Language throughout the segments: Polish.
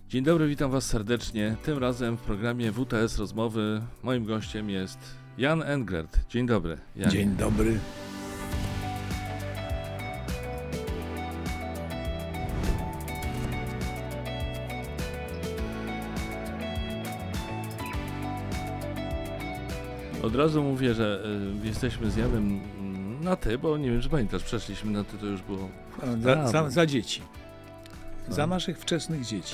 Dzień dobry, witam Was serdecznie. Tym razem w programie WTS Rozmowy moim gościem jest Jan Englert. Dzień dobry, Jan. Dzień dobry. Od razu mówię, że jesteśmy z Janem na ty, bo nie wiem, czy pamiętasz, przeszliśmy na ty, to już było... Za dzieci. Za naszych wczesnych dzieci.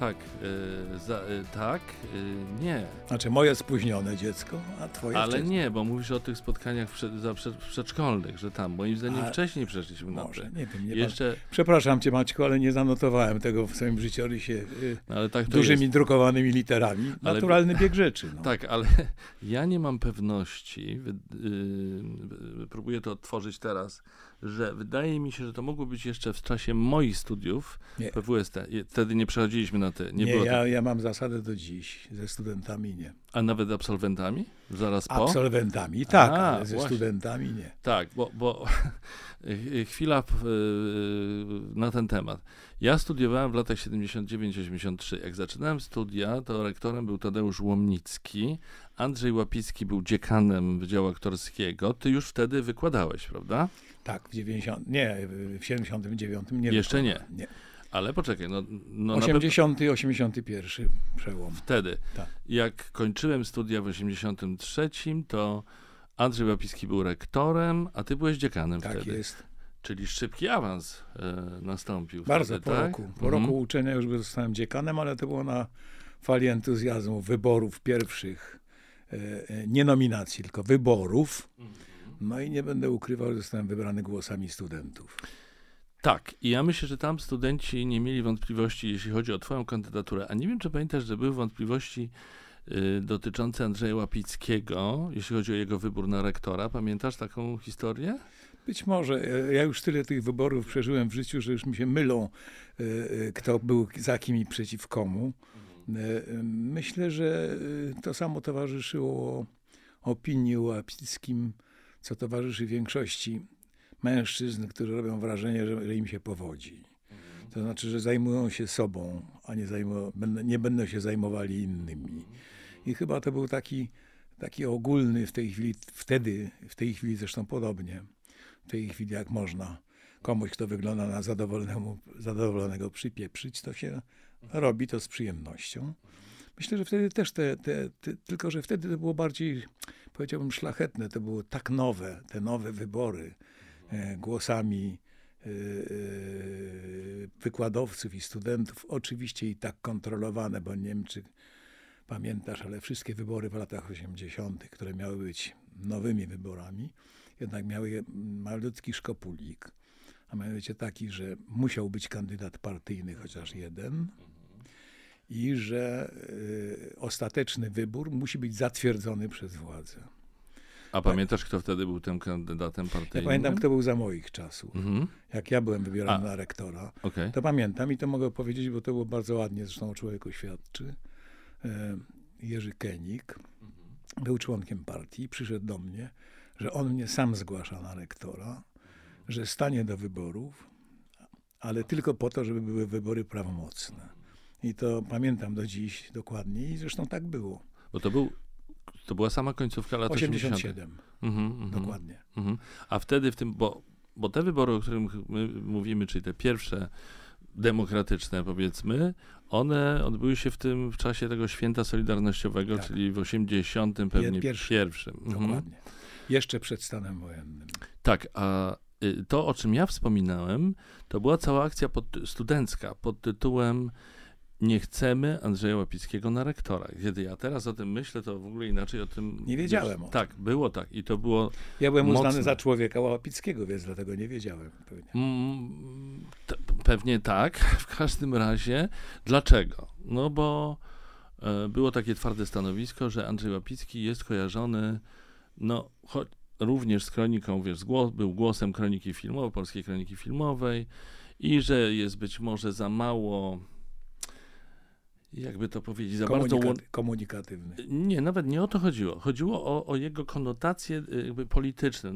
Nie. Znaczy moje spóźnione dziecko, a twoje Ale wczesne. nie, bo mówisz o tych spotkaniach przedszkolnych, że tam, moim zdaniem wcześniej przeszliśmy na Może, ty. nie wiem. Jeszcze... Przepraszam cię, Maćku, ale nie zanotowałem tego w swoim życiorysie ale tak to dużymi jest. drukowanymi literami. Naturalny bieg rzeczy. No. Tak, ale ja nie mam pewności, próbuję to odtworzyć teraz, że wydaje mi się, że to mogło być jeszcze w czasie moich studiów we WST. Wtedy nie przechodziliśmy na ty. Ja mam zasadę do dziś. Ze studentami nie. A nawet absolwentami? Zaraz po? Absolwentami, tak, ale ze właśnie. studentami nie. Tak, bo chwila na ten temat. Ja studiowałem w latach 79-83. Jak zaczynałem studia, to rektorem był Tadeusz Łomnicki, Andrzej Łapicki był dziekanem Wydziału Aktorskiego. Ty już wtedy wykładałeś, prawda? Tak, w 79 nie. Jeszcze nie. Nie. Ale poczekaj, 80 i 81 przełom. Wtedy. Tak. Jak kończyłem studia w 83, to Andrzej Łapicki był rektorem, a ty byłeś dziekanem Tak wtedy. jest. Czyli szybki awans nastąpił. Bardzo wtedy, po tak? roku. Po roku uczenia już zostałem dziekanem, ale to było na fali entuzjazmu wyborów pierwszych. Nie nominacji, tylko wyborów. No i nie będę ukrywał, że zostałem wybrany głosami studentów. Tak, i ja myślę, że tam studenci nie mieli wątpliwości, jeśli chodzi o twoją kandydaturę. A nie wiem, czy pamiętasz, że były wątpliwości dotyczące Andrzeja Łapickiego, jeśli chodzi o jego wybór na rektora. Pamiętasz taką historię? Być może. Ja już tyle tych wyborów przeżyłem w życiu, że już mi się mylą, kto był za kim i przeciw komu. Myślę, że to samo towarzyszyło opinii o Łapickim, co towarzyszy większości mężczyzn, którzy robią wrażenie, że im się powodzi. To znaczy, że zajmują się sobą, a nie będą się zajmowali innymi. I chyba to był taki ogólny w tej chwili, w tej chwili zresztą podobnie, w tej chwili jak można komuś, kto wygląda na zadowolonego przypieprzyć, to się robi to z przyjemnością. Myślę, że wtedy też tylko że wtedy to było bardziej, powiedziałbym, szlachetne. To było tak nowe, te nowe wybory głosami wykładowców i studentów. Oczywiście i tak kontrolowane, bo nie wiem, czy pamiętasz, ale wszystkie wybory w latach 80., które miały być nowymi wyborami, jednak miały malutki szkopulik. A mianowicie taki, że musiał być kandydat partyjny, chociaż jeden. I że ostateczny wybór musi być zatwierdzony przez władzę. A pamiętasz, kto wtedy był tym kandydatem partyjnym? Ja pamiętam, kto był za moich czasów. Jak ja byłem wybierany na rektora, to pamiętam i to mogę powiedzieć, bo to było bardzo ładnie, zresztą o człowieku świadczy. Jerzy Kenik był członkiem partii, przyszedł do mnie, że on mnie sam zgłasza na rektora, że stanie do wyborów, ale tylko po to, żeby były wybory prawomocne. I to pamiętam do dziś dokładnie i zresztą tak było. Bo to była sama końcówka lat 87. Dokładnie. A wtedy bo te wybory, o których my mówimy, czyli te pierwsze demokratyczne, powiedzmy, one odbyły się w czasie tego święta solidarnościowego, tak. Czyli w 80 pewnie pierwszym. Dokładnie. Jeszcze przed stanem wojennym. Tak, a to, o czym ja wspominałem, to była cała akcja studencka pod tytułem "Nie chcemy Andrzeja Łapickiego na rektora". Kiedy ja teraz o tym myślę, to w ogóle inaczej o tym... Nie wiedziałem o tym. Tak, było tak i to było Ja byłem mocne. uznany za człowieka Łapickiego, więc dlatego nie wiedziałem. Pewnie tak, w każdym razie. Dlaczego? No bo było takie twarde stanowisko, że Andrzej Łapicki jest kojarzony, również z kroniką, był głosem kroniki filmowej, polskiej kroniki filmowej i że jest być może za mało, jakby to powiedzieć, za bardzo... Komunikatywny. Nie, nawet nie o to chodziło. Chodziło o jego konotacje jakby polityczne,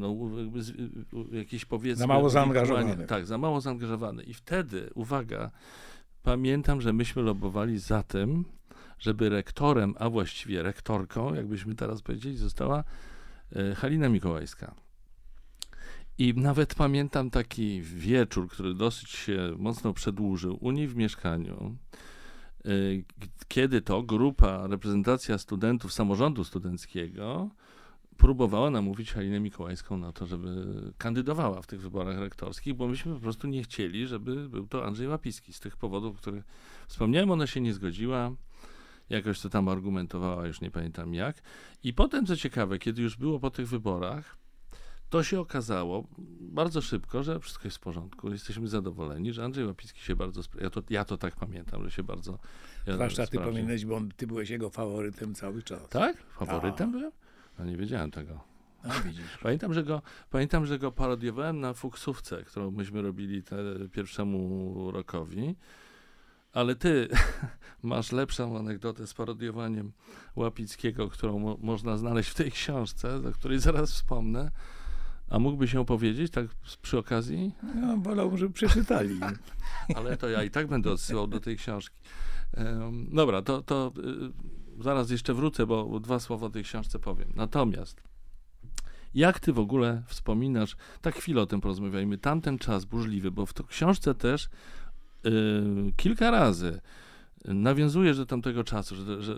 jakieś, powiedzmy... Za mało zaangażowany. Tak, za mało zaangażowany. I wtedy, uwaga, pamiętam, że myśmy lobbowali za tym, żeby rektorem, a właściwie rektorką, jakbyśmy teraz powiedzieli, została Halina Mikołajska. I nawet pamiętam taki wieczór, który dosyć się mocno przedłużył u niej w mieszkaniu, kiedy to reprezentacja studentów samorządu studenckiego próbowała namówić Halinę Mikołajską na to, żeby kandydowała w tych wyborach rektorskich, bo myśmy po prostu nie chcieli, żeby był to Andrzej Łapicki. Z tych powodów, o których wspomniałem, ona się nie zgodziła. Jakoś to tam argumentowała, już nie pamiętam jak. I potem, co ciekawe, kiedy już było po tych wyborach, to się okazało bardzo szybko, że wszystko jest w porządku. Jesteśmy zadowoleni, że Andrzej Łapicki się bardzo... Ja to tak pamiętam, że się bardzo... Zwłaszcza ty powinieneś, bo ty byłeś jego faworytem cały czas. Tak? Faworytem byłem? No nie wiedziałem tego. A, widzisz. Pamiętam, że go parodiowałem na fuksówce, którą myśmy robili pierwszemu rokowi. Ale ty masz lepszą anegdotę z parodiowaniem Łapickiego, którą można znaleźć w tej książce, o której zaraz wspomnę. A mógłbyś ją powiedzieć tak przy okazji? No, wolałbym, żeby przeczytali. Ale to ja i tak będę odsyłał do tej książki. Dobra, to zaraz jeszcze wrócę, bo 2 słowa o tej książce powiem. Natomiast jak ty w ogóle wspominasz, tak chwilę o tym porozmawiajmy, tamten czas burzliwy, bo w tej książce też kilka razy nawiązujesz do tamtego czasu,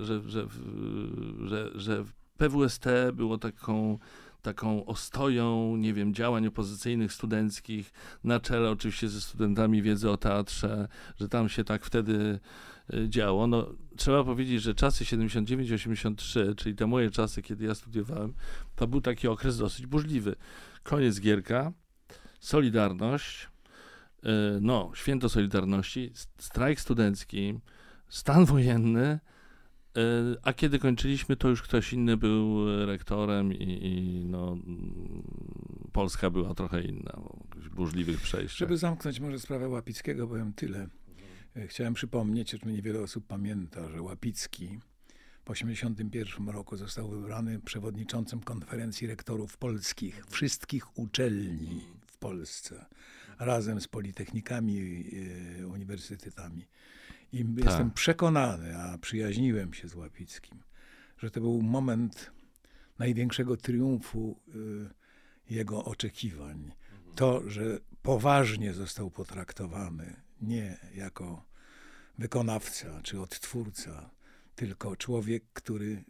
że PWST było taką ostoją, nie wiem, działań opozycyjnych studenckich, na czele oczywiście ze studentami wiedzy o teatrze, że tam się tak wtedy działo. No, trzeba powiedzieć, że czasy 79-83, czyli te moje czasy, kiedy ja studiowałem, to był taki okres dosyć burzliwy. Koniec Gierka, Solidarność, Święto Solidarności, strajk studencki, stan wojenny, a kiedy kończyliśmy, to już ktoś inny był rektorem i Polska była trochę inna, w burzliwych przejściach. Żeby zamknąć może sprawę Łapickiego, powiem tyle. Chciałem przypomnieć, że niewiele osób pamięta, że Łapicki w 1981 roku został wybrany przewodniczącym konferencji rektorów polskich, wszystkich uczelni w Polsce, razem z politechnikami i uniwersytetami. I jestem przekonany, a przyjaźniłem się z Łapickim, że to był moment największego triumfu jego oczekiwań. To, że poważnie został potraktowany, nie jako wykonawca czy odtwórca, tylko człowiek, który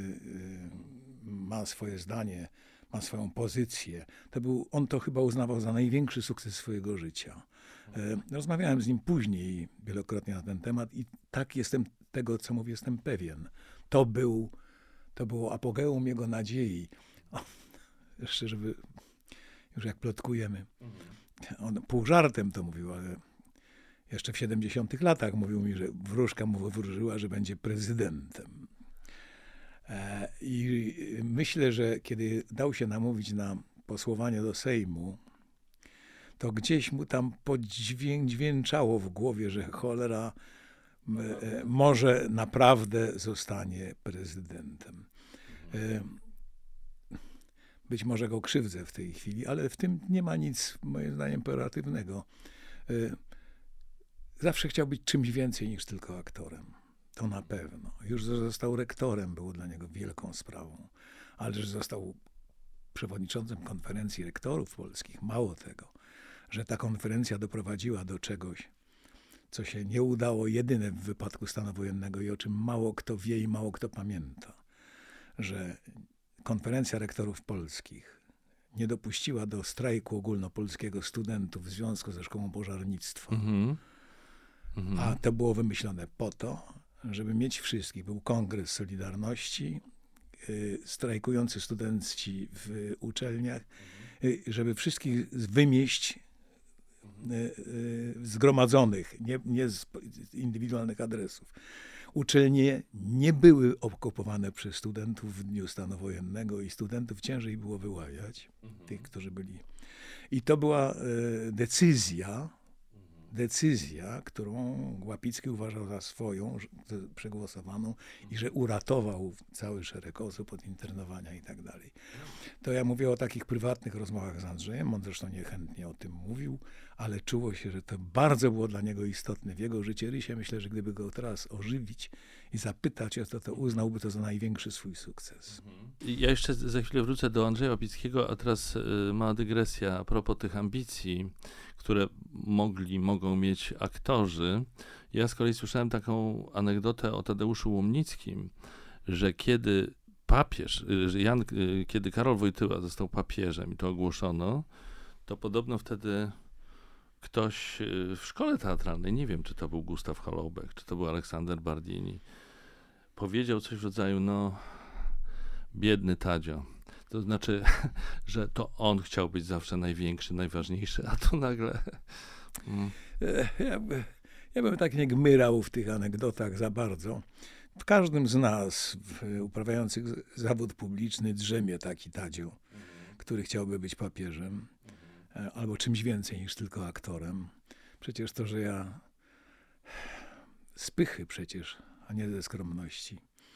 ma swoje zdanie, ma swoją pozycję. On to chyba uznawał za największy sukces swojego życia. Rozmawiałem z nim później wielokrotnie na ten temat i tak tego, co mówię, jestem pewien. To było apogeum jego nadziei. Jeszcze, żeby, już jak plotkujemy, on pół żartem to mówił, ale jeszcze w 70 latach mówił mi, że wróżka mu wywróżyła, że będzie prezydentem. I myślę, że kiedy dał się namówić na posłowanie do Sejmu, to gdzieś mu tam podźwięczało w głowie, że cholera może naprawdę zostanie prezydentem. Być może go krzywdzę w tej chwili, ale w tym nie ma nic, moim zdaniem, pejoratywnego. Zawsze chciał być czymś więcej niż tylko aktorem. To na pewno. Już, że został rektorem, było dla niego wielką sprawą. Ale że został przewodniczącym konferencji rektorów polskich, mało tego, że ta konferencja doprowadziła do czegoś, co się nie udało jedyne w wypadku stanu wojennego i o czym mało kto wie i mało kto pamięta, że konferencja rektorów polskich nie dopuściła do strajku ogólnopolskiego studentów w związku ze szkołą pożarnictwa. A to było wymyślone po to, żeby mieć wszystkich. Był kongres Solidarności, strajkujący studenci w uczelniach, żeby wszystkich wymieść zgromadzonych, nie z indywidualnych adresów. Uczelnie nie były okupowane przez studentów w dniu stanu wojennego i studentów ciężej było wyławiać, tych, którzy byli. I to była decyzja, którą Łapicki uważał za swoją, przegłosowaną i że uratował cały szereg osób od internowania i tak dalej. To ja mówię o takich prywatnych rozmowach z Andrzejem, on zresztą niechętnie o tym mówił, ale czuło się, że to bardzo było dla niego istotne w jego życiorysie. Myślę, że gdyby go teraz ożywić i zapytać o to, to uznałby to za największy swój sukces. Ja jeszcze za chwilę wrócę do Andrzeja Łapickiego, a teraz mała dygresja a propos tych ambicji, które mogą mieć aktorzy. Ja z kolei słyszałem taką anegdotę o Tadeuszu Łomnickim, że kiedy kiedy Karol Wojtyła został papieżem i to ogłoszono, to podobno wtedy ktoś w szkole teatralnej, nie wiem, czy to był Gustaw Holoubek, czy to był Aleksander Bardini, powiedział coś w rodzaju, biedny Tadzio. To znaczy, że to on chciał być zawsze największy, najważniejszy, a tu nagle... Ja bym tak nie gmyrał w tych anegdotach za bardzo. W każdym z nas, uprawiających zawód publiczny, drzemie taki Tadzio, który chciałby być papieżem, albo czymś więcej niż tylko aktorem. Przecież to, że ja z pychy przecież, a nie ze skromności,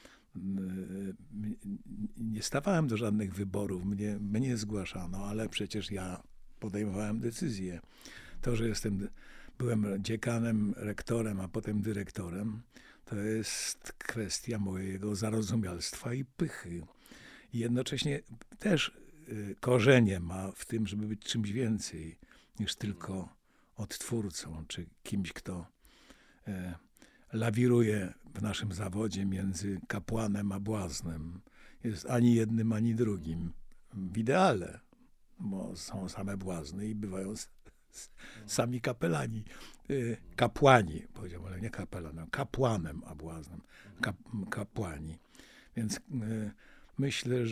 nie stawałem do żadnych wyborów, mnie zgłaszano, ale przecież ja podejmowałem decyzje. To, że byłem dziekanem, rektorem, a potem dyrektorem, to jest kwestia mojego zarozumialstwa i pychy. I jednocześnie też korzenie ma w tym, żeby być czymś więcej niż tylko odtwórcą, czy kimś, kto lawiruje w naszym zawodzie między kapłanem a błaznem. Jest ani jednym, ani drugim. W ideale, bo są same błazny i bywają sami kapelani. Kapłani, powiedziałbym, ale nie kapelanem, kapłanem a błaznem. Kapłani. Więc myślę,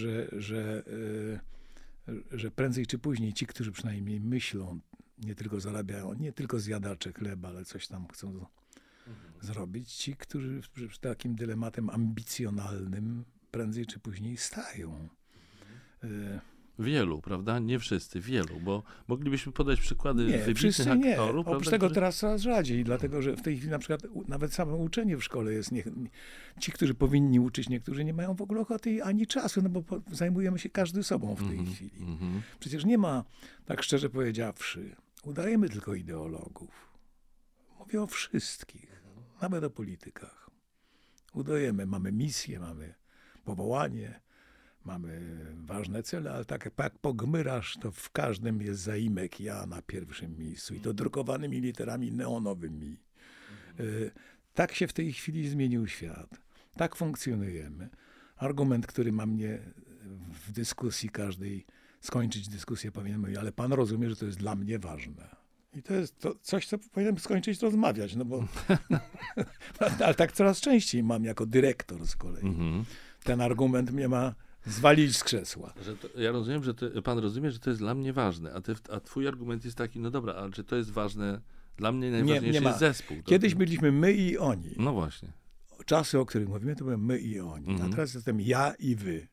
że prędzej czy później ci, którzy przynajmniej myślą, nie tylko zarabiają, nie tylko zjadacze chleba, ale coś tam chcą zrobić, ci, którzy z takim dylematem ambicjonalnym prędzej czy później stają. Wielu, prawda? Nie wszyscy, wielu, bo moglibyśmy podać przykłady wybitnych wszyscy aktorów. nie. Prawda, Oprócz tego teraz coraz rzadziej, dlatego że w tej chwili na przykład nawet samo uczenie w szkole jest... Ci, którzy powinni uczyć, niektórzy nie mają w ogóle ochoty ani czasu, no bo zajmujemy się każdy sobą w tej chwili. Przecież nie ma, tak szczerze powiedziawszy, udajemy tylko ideologów. Mówię o wszystkich, nawet o politykach. Udajemy, mamy misję, mamy powołanie, mamy ważne cele, ale tak jak pogmyrasz, to w każdym jest zaimek ja na pierwszym miejscu i to drukowanymi literami neonowymi. Tak się w tej chwili zmienił świat. Tak funkcjonujemy. Argument, który ma mnie w dyskusji każdej skończyć dyskusję, powinien mówić, ale pan rozumie, że to jest dla mnie ważne. I to jest coś, co powinienem skończyć rozmawiać, no bo ale tak coraz częściej mam jako dyrektor z kolei. Ten argument mnie ma zwalić z krzesła. Ja rozumiem, że pan rozumie, że to jest dla mnie ważne, a twój argument jest taki, no dobra, ale czy to jest ważne, dla mnie najważniejszy jest zespół. Kiedyś byliśmy my i oni. No właśnie. Czasy, o których mówimy, to byłem my i oni. A teraz jestem ja i wy.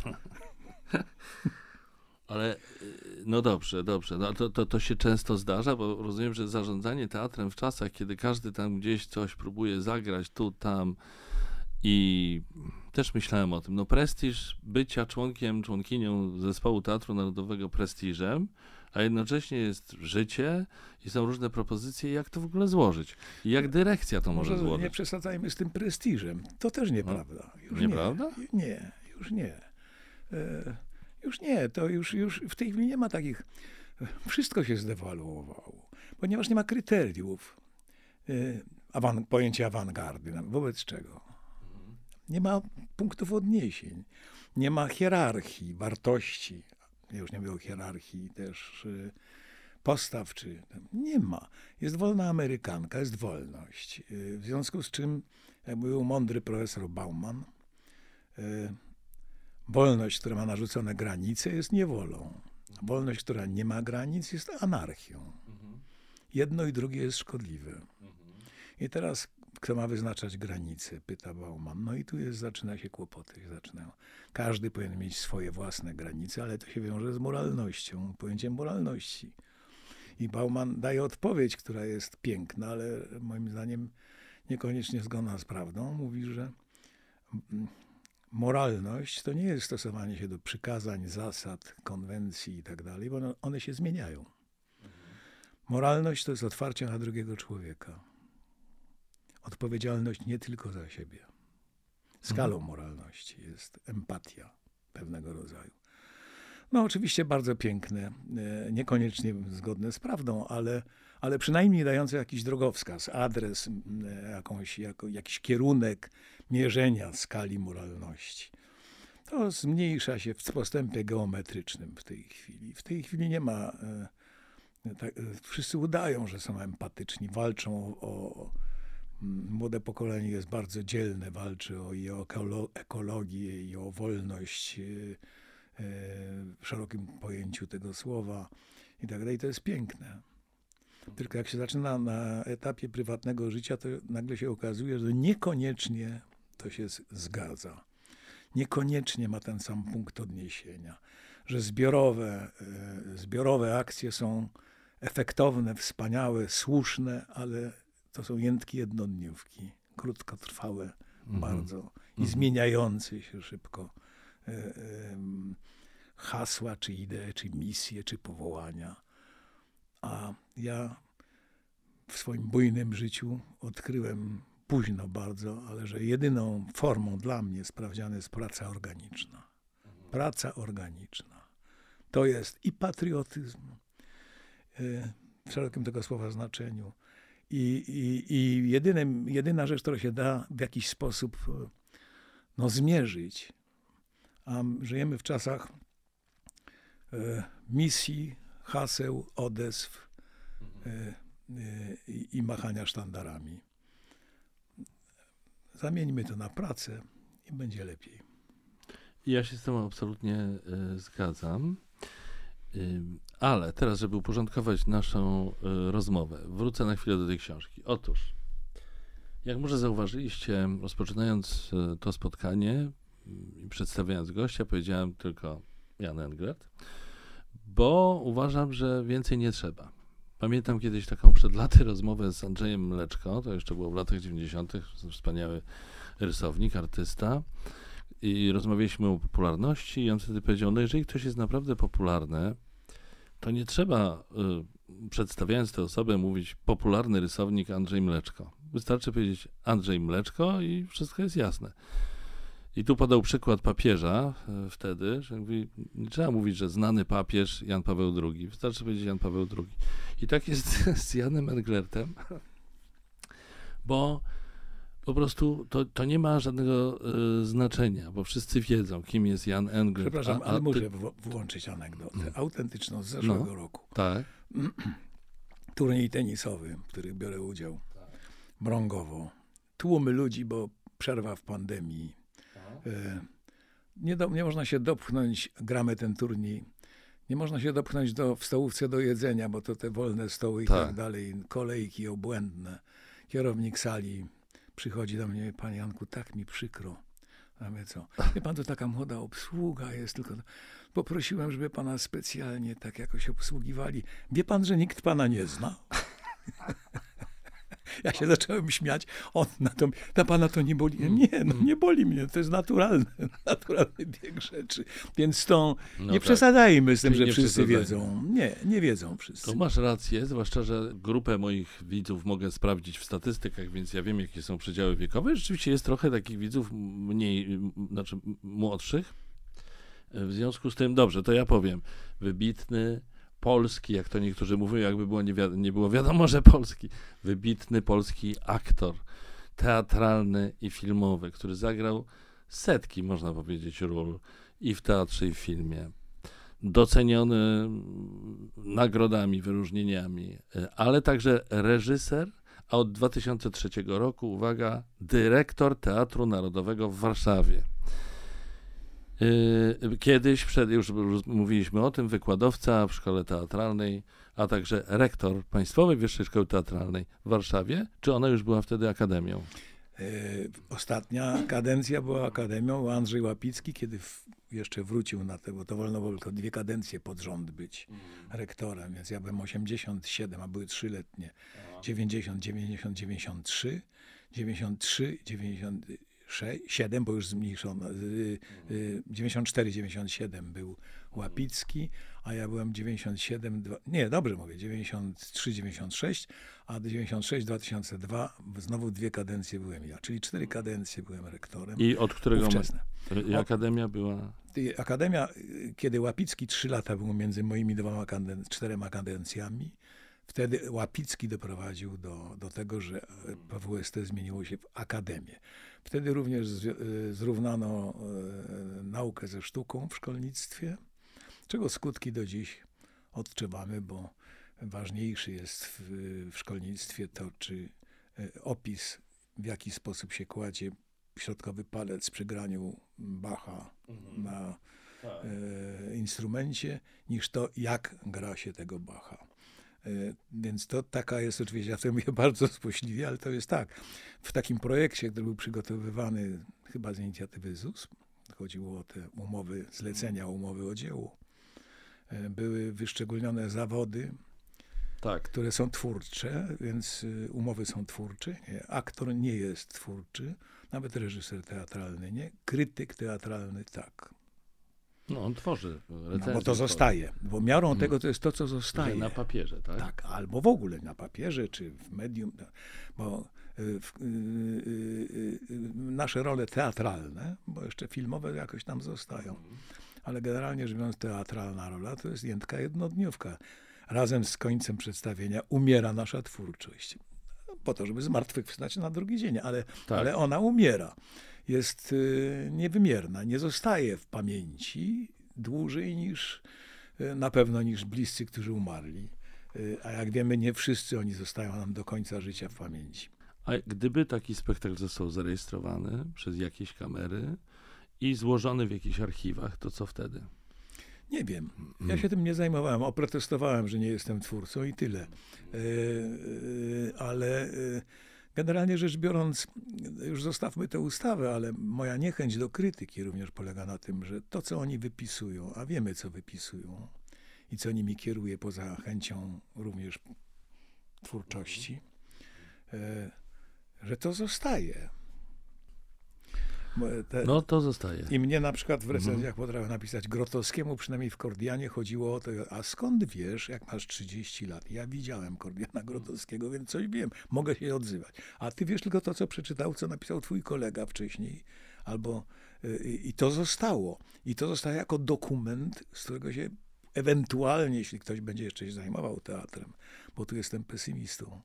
Ale no dobrze. No, to się często zdarza, bo rozumiem, że zarządzanie teatrem w czasach, kiedy każdy tam gdzieś coś próbuje zagrać, tu, tam i też myślałem o tym, no prestiż bycia członkinią zespołu Teatru Narodowego prestiżem, a jednocześnie jest życie i są różne propozycje, jak to w ogóle złożyć. I jak dyrekcja to może złożyć. Nie przesadzajmy z tym prestiżem. To też nieprawda. Nieprawda? Nie, już nie. Już nie, to już w tej chwili nie ma takich... Wszystko się zdewaluowało, ponieważ nie ma kryteriów pojęcia awangardy. Wobec czego? Nie ma punktów odniesień. Nie ma hierarchii wartości. Ja już nie mówię o hierarchii też postaw. Nie ma. Jest wolna amerykanka, jest wolność. W związku z czym, jak mówił mądry profesor Bauman, wolność, która ma narzucone granice, jest niewolą. Wolność, która nie ma granic, jest anarchią. Jedno i drugie jest szkodliwe. I teraz kto ma wyznaczać granice, pyta Bauman. No i tu zaczyna się kłopoty. Każdy powinien mieć swoje własne granice, ale to się wiąże z moralnością, pojęciem moralności. I Bauman daje odpowiedź, która jest piękna, ale moim zdaniem niekoniecznie zgodna z prawdą. Mówi, że moralność to nie jest stosowanie się do przykazań, zasad, konwencji i tak dalej, bo one się zmieniają. Moralność to jest otwarcie na drugiego człowieka. Odpowiedzialność nie tylko za siebie. Skalą moralności jest empatia pewnego rodzaju. No oczywiście bardzo piękne, niekoniecznie zgodne z prawdą, ale przynajmniej dające jakiś drogowskaz, adres, jakiś kierunek mierzenia skali moralności. To zmniejsza się w postępie geometrycznym w tej chwili. W tej chwili nie ma... Wszyscy udają, że są empatyczni, walczą młode pokolenie jest bardzo dzielne, walczy i o ekologię, i o wolność w szerokim pojęciu tego słowa i tak dalej. To jest piękne. Tylko jak się zaczyna na etapie prywatnego życia, to nagle się okazuje, że niekoniecznie to się zgadza. Niekoniecznie ma ten sam punkt odniesienia. Że zbiorowe akcje są efektowne, wspaniałe, słuszne, ale to są jętki jednodniówki, krótkotrwałe bardzo i zmieniające się szybko hasła, czy idee, czy misje, czy powołania. A ja w swoim bujnym życiu odkryłem późno bardzo, ale że jedyną formą dla mnie sprawdziana jest praca organiczna. Praca organiczna. To jest i patriotyzm w szerokim tego słowa znaczeniu, i jedyna rzecz, która się da w jakiś sposób zmierzyć. A żyjemy w czasach misji, haseł, odezw i machania sztandarami. Zamieńmy to na pracę i będzie lepiej. Ja się z tym absolutnie zgadzam. Ale teraz, żeby uporządkować naszą rozmowę, wrócę na chwilę do tej książki. Otóż, jak może zauważyliście, rozpoczynając to spotkanie i przedstawiając gościa, powiedziałem tylko Jan Englert, bo uważam, że więcej nie trzeba. Pamiętam kiedyś taką przed laty rozmowę z Andrzejem Mleczko, to jeszcze było w latach 90., wspaniały rysownik, artysta, i rozmawialiśmy o popularności i on wtedy powiedział, no jeżeli ktoś jest naprawdę popularny, to nie trzeba, przedstawiając tę osobę, mówić popularny rysownik Andrzej Mleczko. Wystarczy powiedzieć Andrzej Mleczko i wszystko jest jasne. I tu podał przykład papieża wtedy, że nie trzeba mówić, że znany papież Jan Paweł II. Wystarczy powiedzieć Jan Paweł II. I tak jest z Janem Englertem, bo po prostu to nie ma żadnego znaczenia, bo wszyscy wiedzą, kim jest Jan Englert. Przepraszam, ale muszę włączyć anegdotę autentyczną z zeszłego roku. Tak. Turniej tenisowy, w którym biorę udział. Mrągowo. Tłumy ludzi, bo przerwa w pandemii. Nie można się dopchnąć, gramy ten turniej, nie można się dopchnąć w stołówce do jedzenia, bo to te wolne stoły i tak dalej, kolejki obłędne. Kierownik sali przychodzi do mnie, panie Janku, tak mi przykro. A my co? Wie pan, to taka młoda obsługa jest, tylko poprosiłem, żeby pana specjalnie tak jakoś obsługiwali. Wie pan, że nikt pana nie zna? Ja się zacząłem śmiać. Na pana to nie boli? Nie, nie boli mnie. To jest naturalny bieg rzeczy. Więc nie przesadzajmy z tym, że wszyscy wiedzą. Nie wiedzą wszyscy. To masz rację, zwłaszcza, że grupę moich widzów mogę sprawdzić w statystykach, więc ja wiem, jakie są przedziały wiekowe. Rzeczywiście jest trochę takich widzów młodszych. W związku z tym, dobrze, to ja powiem. Wybitny polski, jak to niektórzy mówią, jakby nie było wiadomo, że polski. Wybitny polski aktor teatralny i filmowy, który zagrał setki, można powiedzieć, ról i w teatrze, i w filmie. Doceniony nagrodami, wyróżnieniami, ale także reżyser, a od 2003 roku, uwaga, dyrektor Teatru Narodowego w Warszawie. Kiedyś, już mówiliśmy o tym, wykładowca w szkole teatralnej, a także rektor Państwowej Wyższej Szkoły Teatralnej w Warszawie. Czy ona już była wtedy akademią? Ostatnia kadencja była akademią. Andrzej Łapicki, kiedy jeszcze wrócił na to, bo to wolno było tylko 2 kadencje pod rząd być rektorem, więc ja byłem 87, a były 3-letnie. 90, 93, 93, 96, 7, bo już zmniejszono. 94-97 był Łapicki, a ja byłem 97, nie, dobrze mówię, 93-96, a 96-2002 znowu 2 kadencje byłem ja, czyli 4 kadencje byłem rektorem. I od którego ówczesne. akademia była? Akademia, kiedy Łapicki 3 lata był między moimi 4 kadencjami, wtedy Łapicki doprowadził do tego, że PWST zmieniło się w akademię. Wtedy również zrównano naukę ze sztuką w szkolnictwie, czego skutki do dziś odczuwamy, bo ważniejszy jest w szkolnictwie to, czy opis, w jaki sposób się kładzie środkowy palec przy graniu Bacha na instrumencie, niż to, jak gra się tego Bacha. Więc to taka jest oczywiście, ja to mówię bardzo złośliwie, ale to jest tak. W takim projekcie, który był przygotowywany chyba z inicjatywy ZUS, chodziło o te umowy, zlecenia, umowy o dzieło, były wyszczególnione zawody, które są twórcze, więc umowy są twórcze. Nie? Aktor nie jest twórczy, nawet reżyser teatralny nie, krytyk teatralny tak. No on tworzy recenzję. Bo to zostaje. Bo miarą tego to jest to, co zostaje. Na papierze, tak? Tak, albo w ogóle na papierze, czy w medium. Bo nasze role teatralne, bo jeszcze filmowe jakoś tam zostają, ale generalnie rzecz biorąc teatralna rola to jest jętka jednodniówka. Razem z końcem przedstawienia umiera nasza twórczość. Po to, żeby zmartwychwstać na drugi dzień, ale ona umiera. Jest niewymierna, nie zostaje w pamięci dłużej niż na pewno niż bliscy, którzy umarli. A jak wiemy, nie wszyscy oni zostają nam do końca życia w pamięci. A gdyby taki spektakl został zarejestrowany przez jakieś kamery i złożony w jakichś archiwach, to co wtedy? Nie wiem. Ja się tym nie zajmowałem. Oprotestowałem, że nie jestem twórcą i tyle. Ale generalnie rzecz biorąc, już zostawmy tę ustawę, ale moja niechęć do krytyki również polega na tym, że to, co oni wypisują, a wiemy, co wypisują i co nimi kieruje poza chęcią również twórczości, że to zostaje. No to zostaje. I mnie na przykład w recenzjach potrafię napisać, Grotowskiemu przynajmniej w Kordianie chodziło o to, a skąd wiesz, jak masz 30 lat? Ja widziałem Kordiana Grotowskiego, więc coś wiem, mogę się odzywać. A ty wiesz tylko to, co przeczytał, co napisał twój kolega wcześniej. Albo i to zostało. I to zostało jako dokument, z którego się ewentualnie, jeśli ktoś będzie jeszcze się zajmował teatrem, bo tu jestem pesymistą,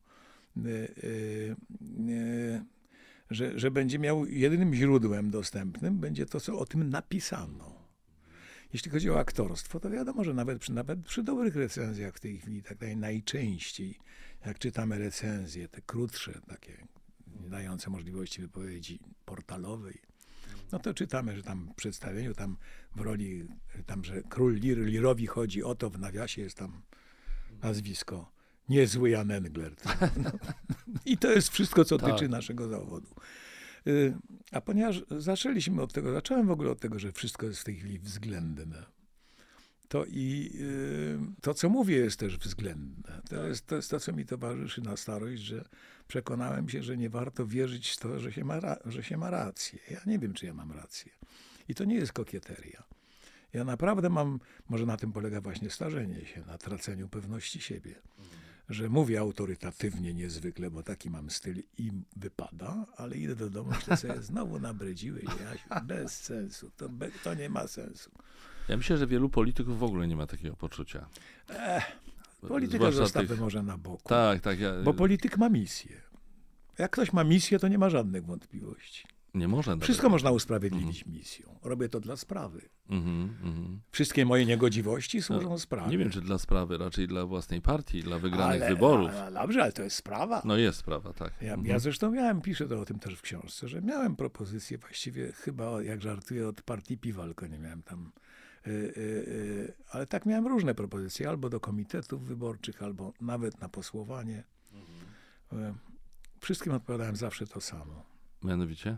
że będzie miał jedynym źródłem dostępnym, będzie to, co o tym napisano. Jeśli chodzi o aktorstwo, to wiadomo, że nawet przy dobrych recenzjach w tej chwili, tak najczęściej, jak czytamy recenzje, te krótsze, takie nie dające możliwości wypowiedzi portalowej, no to czytamy, że tam w przedstawieniu, tam w roli, tam, że król Lirowi chodzi o to, w nawiasie jest tam nazwisko niezły Jan Englert. No. I to jest wszystko, co tyczy naszego zawodu. A ponieważ zacząłem w ogóle od tego, że wszystko jest w tej chwili względne, to i to, co mówię, jest też względne. To jest to, co mi towarzyszy na starość, że przekonałem się, że nie warto wierzyć w to, że się ma rację. Ja nie wiem, czy ja mam rację. I to nie jest kokieteria. Ja naprawdę może na tym polega właśnie starzenie się, na traceniu pewności siebie. Że mówię autorytatywnie niezwykle, bo taki mam styl i wypada, ale idę do domu, myślę sobie, znowu nabredziłeś, Jasiu, bez sensu, to nie ma sensu. Ja myślę, że wielu polityków w ogóle nie ma takiego poczucia. Politykę zostawmy może na boku. Tak. Bo polityk ma misję. Jak ktoś ma misję, to nie ma żadnych wątpliwości. Nie może. Wszystko można usprawiedliwić misją. Robię to dla sprawy. Wszystkie moje niegodziwości służą sprawie. Nie wiem, czy dla sprawy, raczej dla własnej partii, dla wygranych wyborów. Dobrze, ale to jest sprawa. No jest sprawa, tak. Ja zresztą piszę o tym też w książce, że miałem propozycję właściwie chyba, jak żartuję, od partii Piwalko, nie miałem tam. Ale tak miałem różne propozycje, albo do komitetów wyborczych, albo nawet na posłowanie. Wszystkim odpowiadałem zawsze to samo. Mianowicie?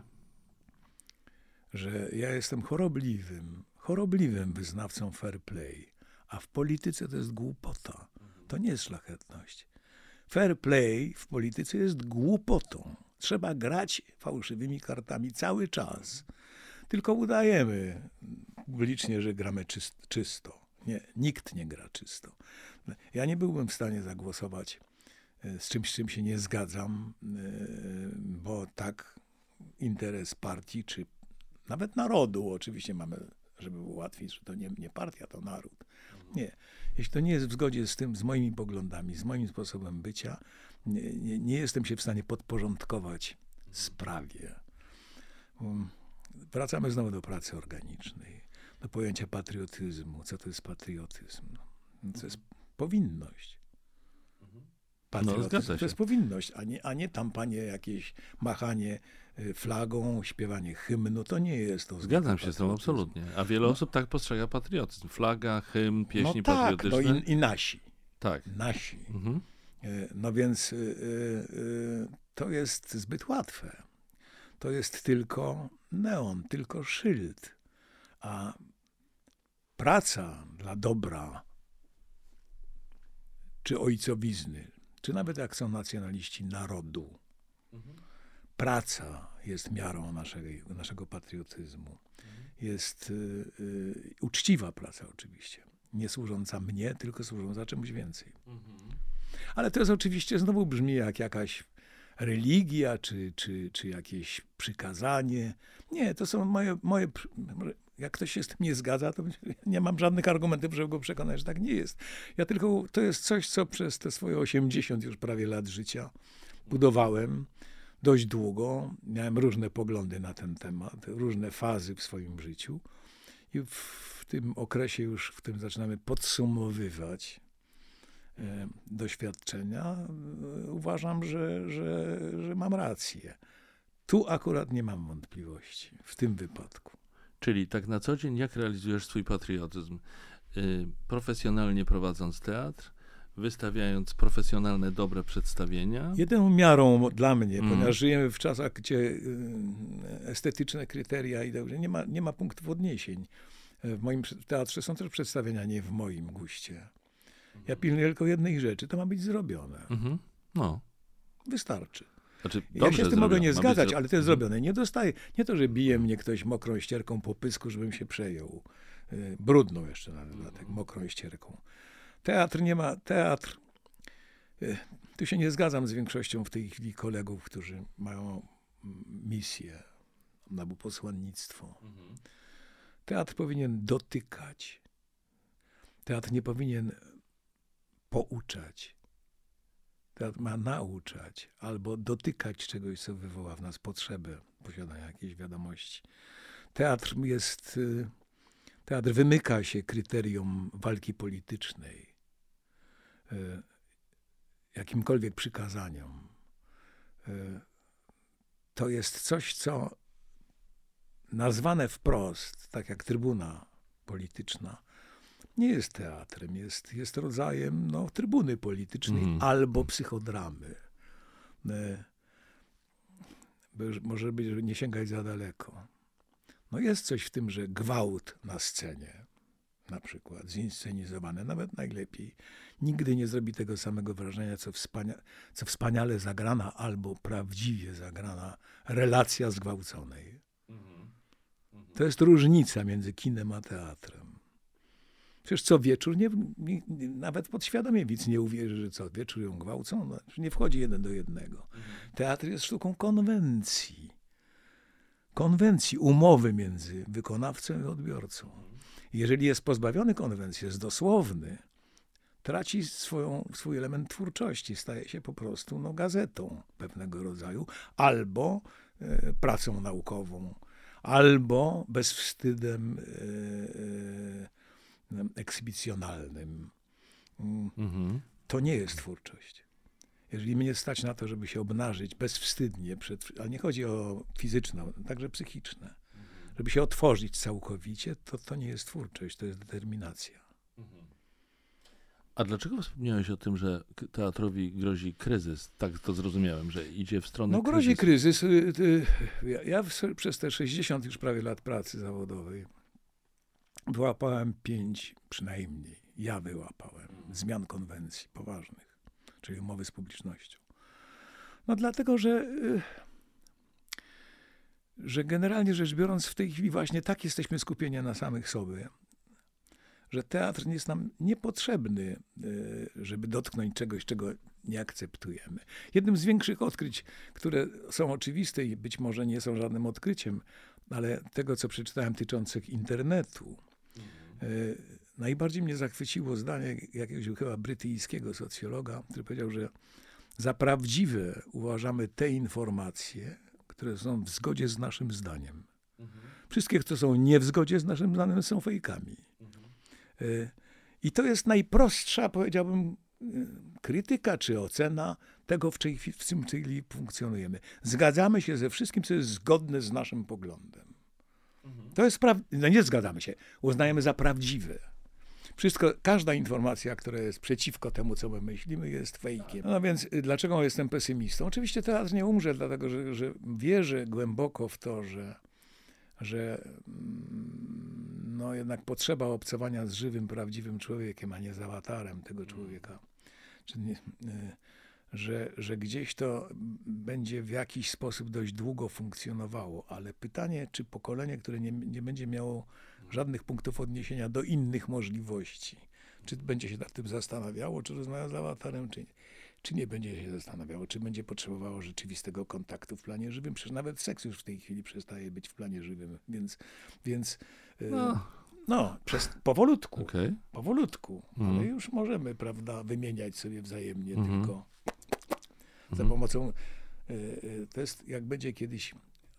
Że ja jestem chorobliwym wyznawcą fair play, a w polityce to jest głupota. To nie jest szlachetność. Fair play w polityce jest głupotą. Trzeba grać fałszywymi kartami cały czas. Tylko udajemy publicznie, że gramy czysto. Nie, nikt nie gra czysto. Ja nie byłbym w stanie zagłosować z czym się nie zgadzam, bo tak interes partii, czy nawet narodu, oczywiście mamy, żeby było łatwiej, że to nie partia, to naród. Nie. Jeśli to nie jest w zgodzie z tym, z moimi poglądami, z moim sposobem bycia, nie jestem się w stanie podporządkować sprawie. Wracamy znowu do pracy organicznej, do pojęcia patriotyzmu. Co to jest patriotyzm? To jest powinność. Patriotyzm to jest powinność, a nie tampanie jakieś, machanie flagą, śpiewanie hymnu. To nie jest to. Zgadzam się z tym absolutnie. A wiele osób tak postrzega patriotyzm. Flaga, hymn, pieśni patriotyczne. No i nasi. Tak. Nasi. No więc to jest zbyt łatwe. To jest tylko neon, tylko szyld. A praca dla dobra, czy ojcowizny, czy nawet jak są nacjonaliści, narodu. Praca jest miarą naszego patriotyzmu. Jest uczciwa praca oczywiście. Nie służąca mnie, tylko służąca czemuś więcej. Ale to jest oczywiście, znowu brzmi jak jakaś religia, czy jakieś przykazanie. Nie, to są moje jak ktoś się z tym nie zgadza, to nie mam żadnych argumentów, żeby go przekonać, że tak nie jest. Ja tylko, to jest coś, co przez te swoje 80 już prawie lat życia budowałem dość długo. Miałem różne poglądy na ten temat, różne fazy w swoim życiu. I w tym okresie już, w którym zaczynamy podsumowywać doświadczenia, uważam, że mam rację. Tu akurat nie mam wątpliwości, w tym wypadku. Czyli tak na co dzień, jak realizujesz swój patriotyzm? Profesjonalnie prowadząc teatr, wystawiając profesjonalne, dobre przedstawienia? Jedyną miarą dla mnie, ponieważ żyjemy w czasach, gdzie estetyczne kryteria i dobrze, nie ma punktów odniesień. W moim teatrze są też przedstawienia nie w moim guście. Ja pilnuję tylko jednej rzeczy, to ma być zrobione. No. Wystarczy. Znaczy, ja się z tym mogę nie zgadzać, ale to jest zrobione. Nie dostaję, nie to, że bije mnie ktoś mokrą ścierką po pysku, żebym się przejął. Brudną jeszcze nawet, tak, mokrą ścierką. Teatr, tu się nie zgadzam z większością w tej chwili kolegów, którzy mają misję, albo posłannictwo. Teatr powinien dotykać. Teatr nie powinien pouczać. Teatr ma nauczać albo dotykać czegoś, co wywoła w nas potrzebę posiadania jakiejś wiadomości. Teatr wymyka się kryterium walki politycznej, jakimkolwiek przykazaniom. To jest coś, co nazwane wprost, tak jak trybuna polityczna, nie jest teatrem, jest rodzajem trybuny politycznej albo psychodramy. Może być, żeby nie sięgać za daleko. Jest coś w tym, że gwałt na scenie, na przykład zinscenizowany, nawet najlepiej, nigdy nie zrobi tego samego wrażenia, co wspaniale zagrana albo prawdziwie zagrana relacja zgwałconej. To jest różnica między kinem a teatrem. Przecież co wieczór, nawet podświadomie widz nie uwierzy, że co wieczór ją gwałcą, nie wchodzi jeden do jednego. Teatr jest sztuką konwencji, umowy między wykonawcą i odbiorcą. Jeżeli jest pozbawiony konwencji, jest dosłowny, traci swój element twórczości, staje się po prostu gazetą pewnego rodzaju, albo pracą naukową, albo bezwstydem ekshibicjonalnym. To nie jest twórczość. Jeżeli mnie stać na to, żeby się obnażyć bezwstydnie, ale nie chodzi o fizyczne, także psychiczne, żeby się otworzyć całkowicie, to nie jest twórczość, to jest determinacja. A dlaczego wspomniałeś o tym, że teatrowi grozi kryzys? Tak to zrozumiałem, że idzie w stronę kryzysu. Grozi kryzys. Ja przez te 60 już prawie lat pracy zawodowej wyłapałem 5 przynajmniej. Ja wyłapałem zmian konwencji poważnych, czyli umowy z publicznością. Dlatego, że że generalnie rzecz biorąc w tej chwili właśnie tak jesteśmy skupieni na samych sobie, że teatr jest nam niepotrzebny, żeby dotknąć czegoś, czego nie akceptujemy. Jednym z większych odkryć, które są oczywiste i być może nie są żadnym odkryciem, ale tego, co przeczytałem tyczących internetu, najbardziej mnie zachwyciło zdanie jakiegoś chyba brytyjskiego socjologa, który powiedział, że za prawdziwe uważamy te informacje, które są w zgodzie z naszym zdaniem. Wszystkie, które są nie w zgodzie z naszym zdaniem, są fejkami. I to jest najprostsza, powiedziałbym, krytyka czy ocena tego, w czym w tej chwili funkcjonujemy. Zgadzamy się ze wszystkim, co jest zgodne z naszym poglądem. To jest no nie zgadzamy się, uznajemy za prawdziwe. Każda informacja, która jest przeciwko temu, co my myślimy, jest fejkiem. No więc dlaczego jestem pesymistą? Oczywiście teatr nie umrze, dlatego że wierzę głęboko w to, że no jednak potrzeba obcowania z żywym, prawdziwym człowiekiem, a nie z awatarem tego człowieka. Że gdzieś to będzie w jakiś sposób dość długo funkcjonowało, ale pytanie, czy pokolenie, które nie będzie miało żadnych punktów odniesienia do innych możliwości, czy będzie się nad tym zastanawiało, czy rozmawia z awatarem, czy nie będzie się zastanawiało, czy będzie potrzebowało rzeczywistego kontaktu w planie żywym. Przecież nawet seks już w tej chwili przestaje być w planie żywym, więc powolutku, powolutku, ale już możemy, prawda, wymieniać sobie wzajemnie tylko za pomocą, to jest, jak będzie kiedyś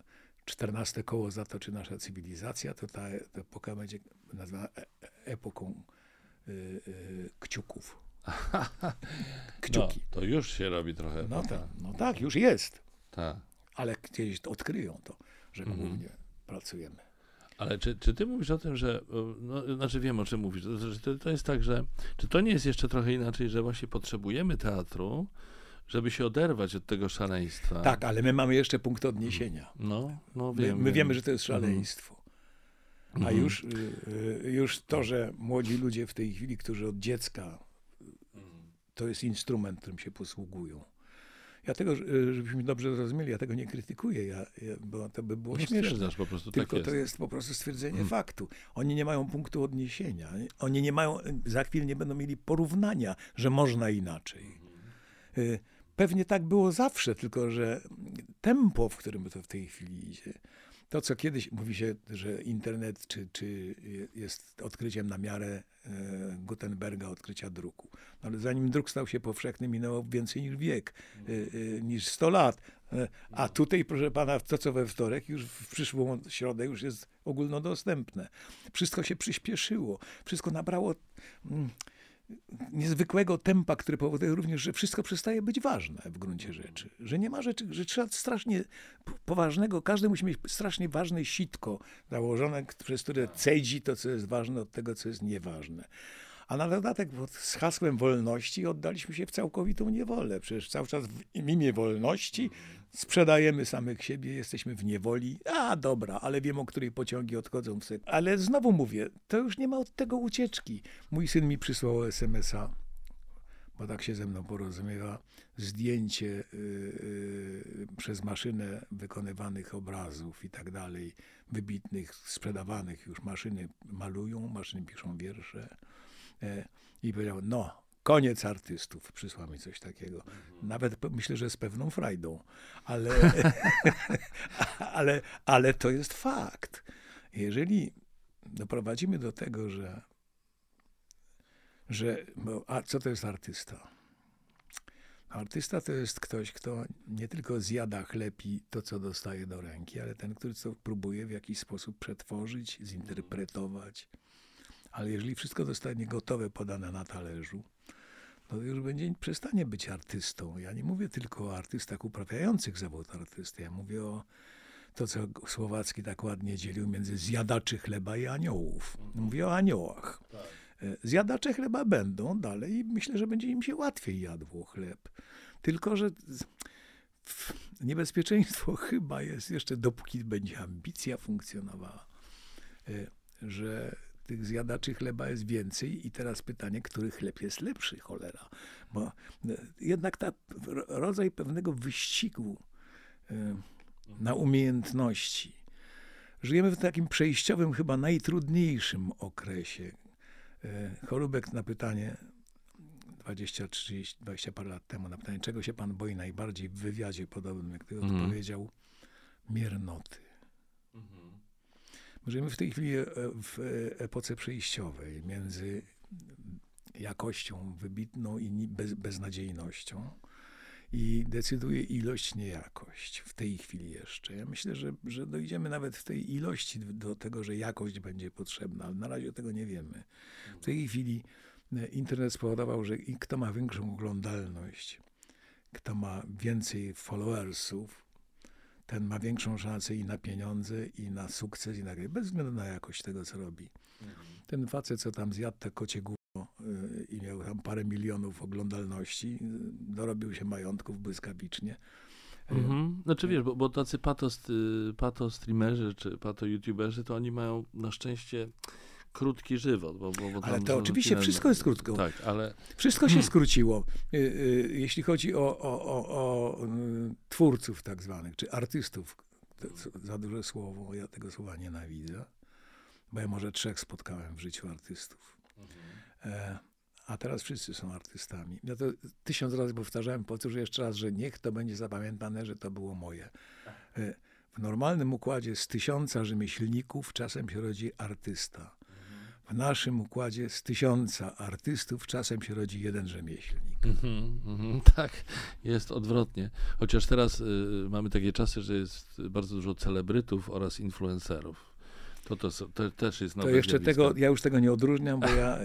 14 koło zatoczy nasza cywilizacja, to ta epoka będzie nazwana epoką kciuków. Kciuki. No, to już się robi trochę. No tak, już jest. Tak. Ale kiedyś odkryją to, że głównie pracujemy. Ale czy ty mówisz o tym, że, no, znaczy wiem, o czym mówisz, to jest tak, że, czy to nie jest jeszcze trochę inaczej, że właśnie potrzebujemy teatru, żeby się oderwać od tego szaleństwa? Tak, ale my mamy jeszcze punkt odniesienia. No wiem. My wiemy, że to jest szaleństwo. A już to, że młodzi ludzie w tej chwili, którzy od dziecka, to jest instrument, którym się posługują. Ja tego, żebyśmy dobrze zrozumieli, ja tego nie krytykuję, bo to by było śmieszne. Po prostu tylko tak to jest po prostu stwierdzenie faktu. Oni nie mają punktu odniesienia. Oni nie mają, za chwilę nie będą mieli porównania, że można inaczej. Pewnie tak było zawsze, tylko że tempo, w którym to w tej chwili idzie, to co kiedyś mówi się, że internet czy jest odkryciem na miarę Gutenberga, odkrycia druku. Ale zanim druk stał się powszechny, minęło więcej niż wiek, niż 100 lat. A tutaj, proszę pana, to co we wtorek, już w przyszłą środę już jest ogólnodostępne. Wszystko się przyspieszyło. Wszystko nabrało niezwykłego tempa, który powoduje również, że wszystko przestaje być ważne w gruncie rzeczy. Że nie ma rzeczy, że trzeba strasznie poważnego, każdy musi mieć strasznie ważne sitko założone, przez które cedzi to, co jest ważne od tego, co jest nieważne. A na dodatek z hasłem wolności oddaliśmy się w całkowitą niewolę. Przecież cały czas w imię wolności sprzedajemy samych siebie, jesteśmy w niewoli. A dobra, ale wiem, o której pociągi odchodzą w sekund. Ale znowu mówię, to już nie ma od tego ucieczki. Mój syn mi przysłał SMS-a, bo tak się ze mną porozumiewa, zdjęcie przez maszynę wykonywanych obrazów i tak dalej, wybitnych, sprzedawanych już. Maszyny malują, maszyny piszą wiersze. I powiedział, no, koniec artystów. Przysłał mi coś takiego. Nawet myślę, że z pewną frajdą. Ale to jest fakt. Jeżeli doprowadzimy do tego, a co to jest artysta? Artysta to jest ktoś, kto nie tylko zjada chleb i to, co dostaje do ręki, ale ten, który to próbuje w jakiś sposób przetworzyć, zinterpretować. Ale jeżeli wszystko zostanie gotowe, podane na talerzu, to już przestanie być artystą. Ja nie mówię tylko o artystach uprawiających zawód artysty. Ja mówię o to, co Słowacki tak ładnie dzielił między zjadaczy chleba i aniołów. Mówię o aniołach. Zjadacze chleba będą dalej i myślę, że będzie im się łatwiej jadło chleb. Tylko że niebezpieczeństwo chyba jest jeszcze, dopóki będzie ambicja funkcjonowała, że tych zjadaczy chleba jest więcej i teraz pytanie, który chleb jest lepszy, cholera. Bo jednak rodzaj pewnego wyścigu na umiejętności. Żyjemy w takim przejściowym, chyba najtrudniejszym okresie. Chorobek na pytanie 20, 30, 20 parę lat temu, na pytanie, czego się pan boi najbardziej w wywiadzie podobnym, jak ty odpowiedział, miernoty. Żyjemy w tej chwili w epoce przejściowej między jakością wybitną i beznadziejnością. I decyduje ilość, nie jakość. W tej chwili jeszcze. Ja myślę, że dojdziemy nawet w tej ilości do tego, że jakość będzie potrzebna, ale na razie tego nie wiemy. W tej chwili internet spowodował, że kto ma większą oglądalność, kto ma więcej followersów, ten ma większą szansę i na pieniądze, i na sukces, i na bez względu na jakość tego, co robi. Ten facet, co tam zjadł te kocie gówno i miał tam parę milionów oglądalności, dorobił się majątków błyskawicznie. Znaczy wiesz, bo tacy pato streamerzy czy pato youtuberzy, to oni mają na szczęście krótki żywot. Bo ale to oczywiście wszystko jest krótko. Tak, ale... Wszystko się skróciło. Jeśli chodzi o twórców tak zwanych, czy artystów, to za duże słowo, ja tego słowa nienawidzę, bo ja może 3 spotkałem w życiu artystów. A teraz wszyscy są artystami. Ja to 1000 razy powtarzałem, powtórzę jeszcze raz, że niech to będzie zapamiętane, że to było moje. W normalnym układzie z 1000 rzemieślników czasem się rodzi artysta. W naszym układzie z 1000 artystów czasem się rodzi 1 rzemieślnik. Tak, jest odwrotnie. Chociaż teraz mamy takie czasy, że jest bardzo dużo celebrytów oraz influencerów. To też jest nowe. To jeszcze tego, ja już tego nie odróżniam, bo ja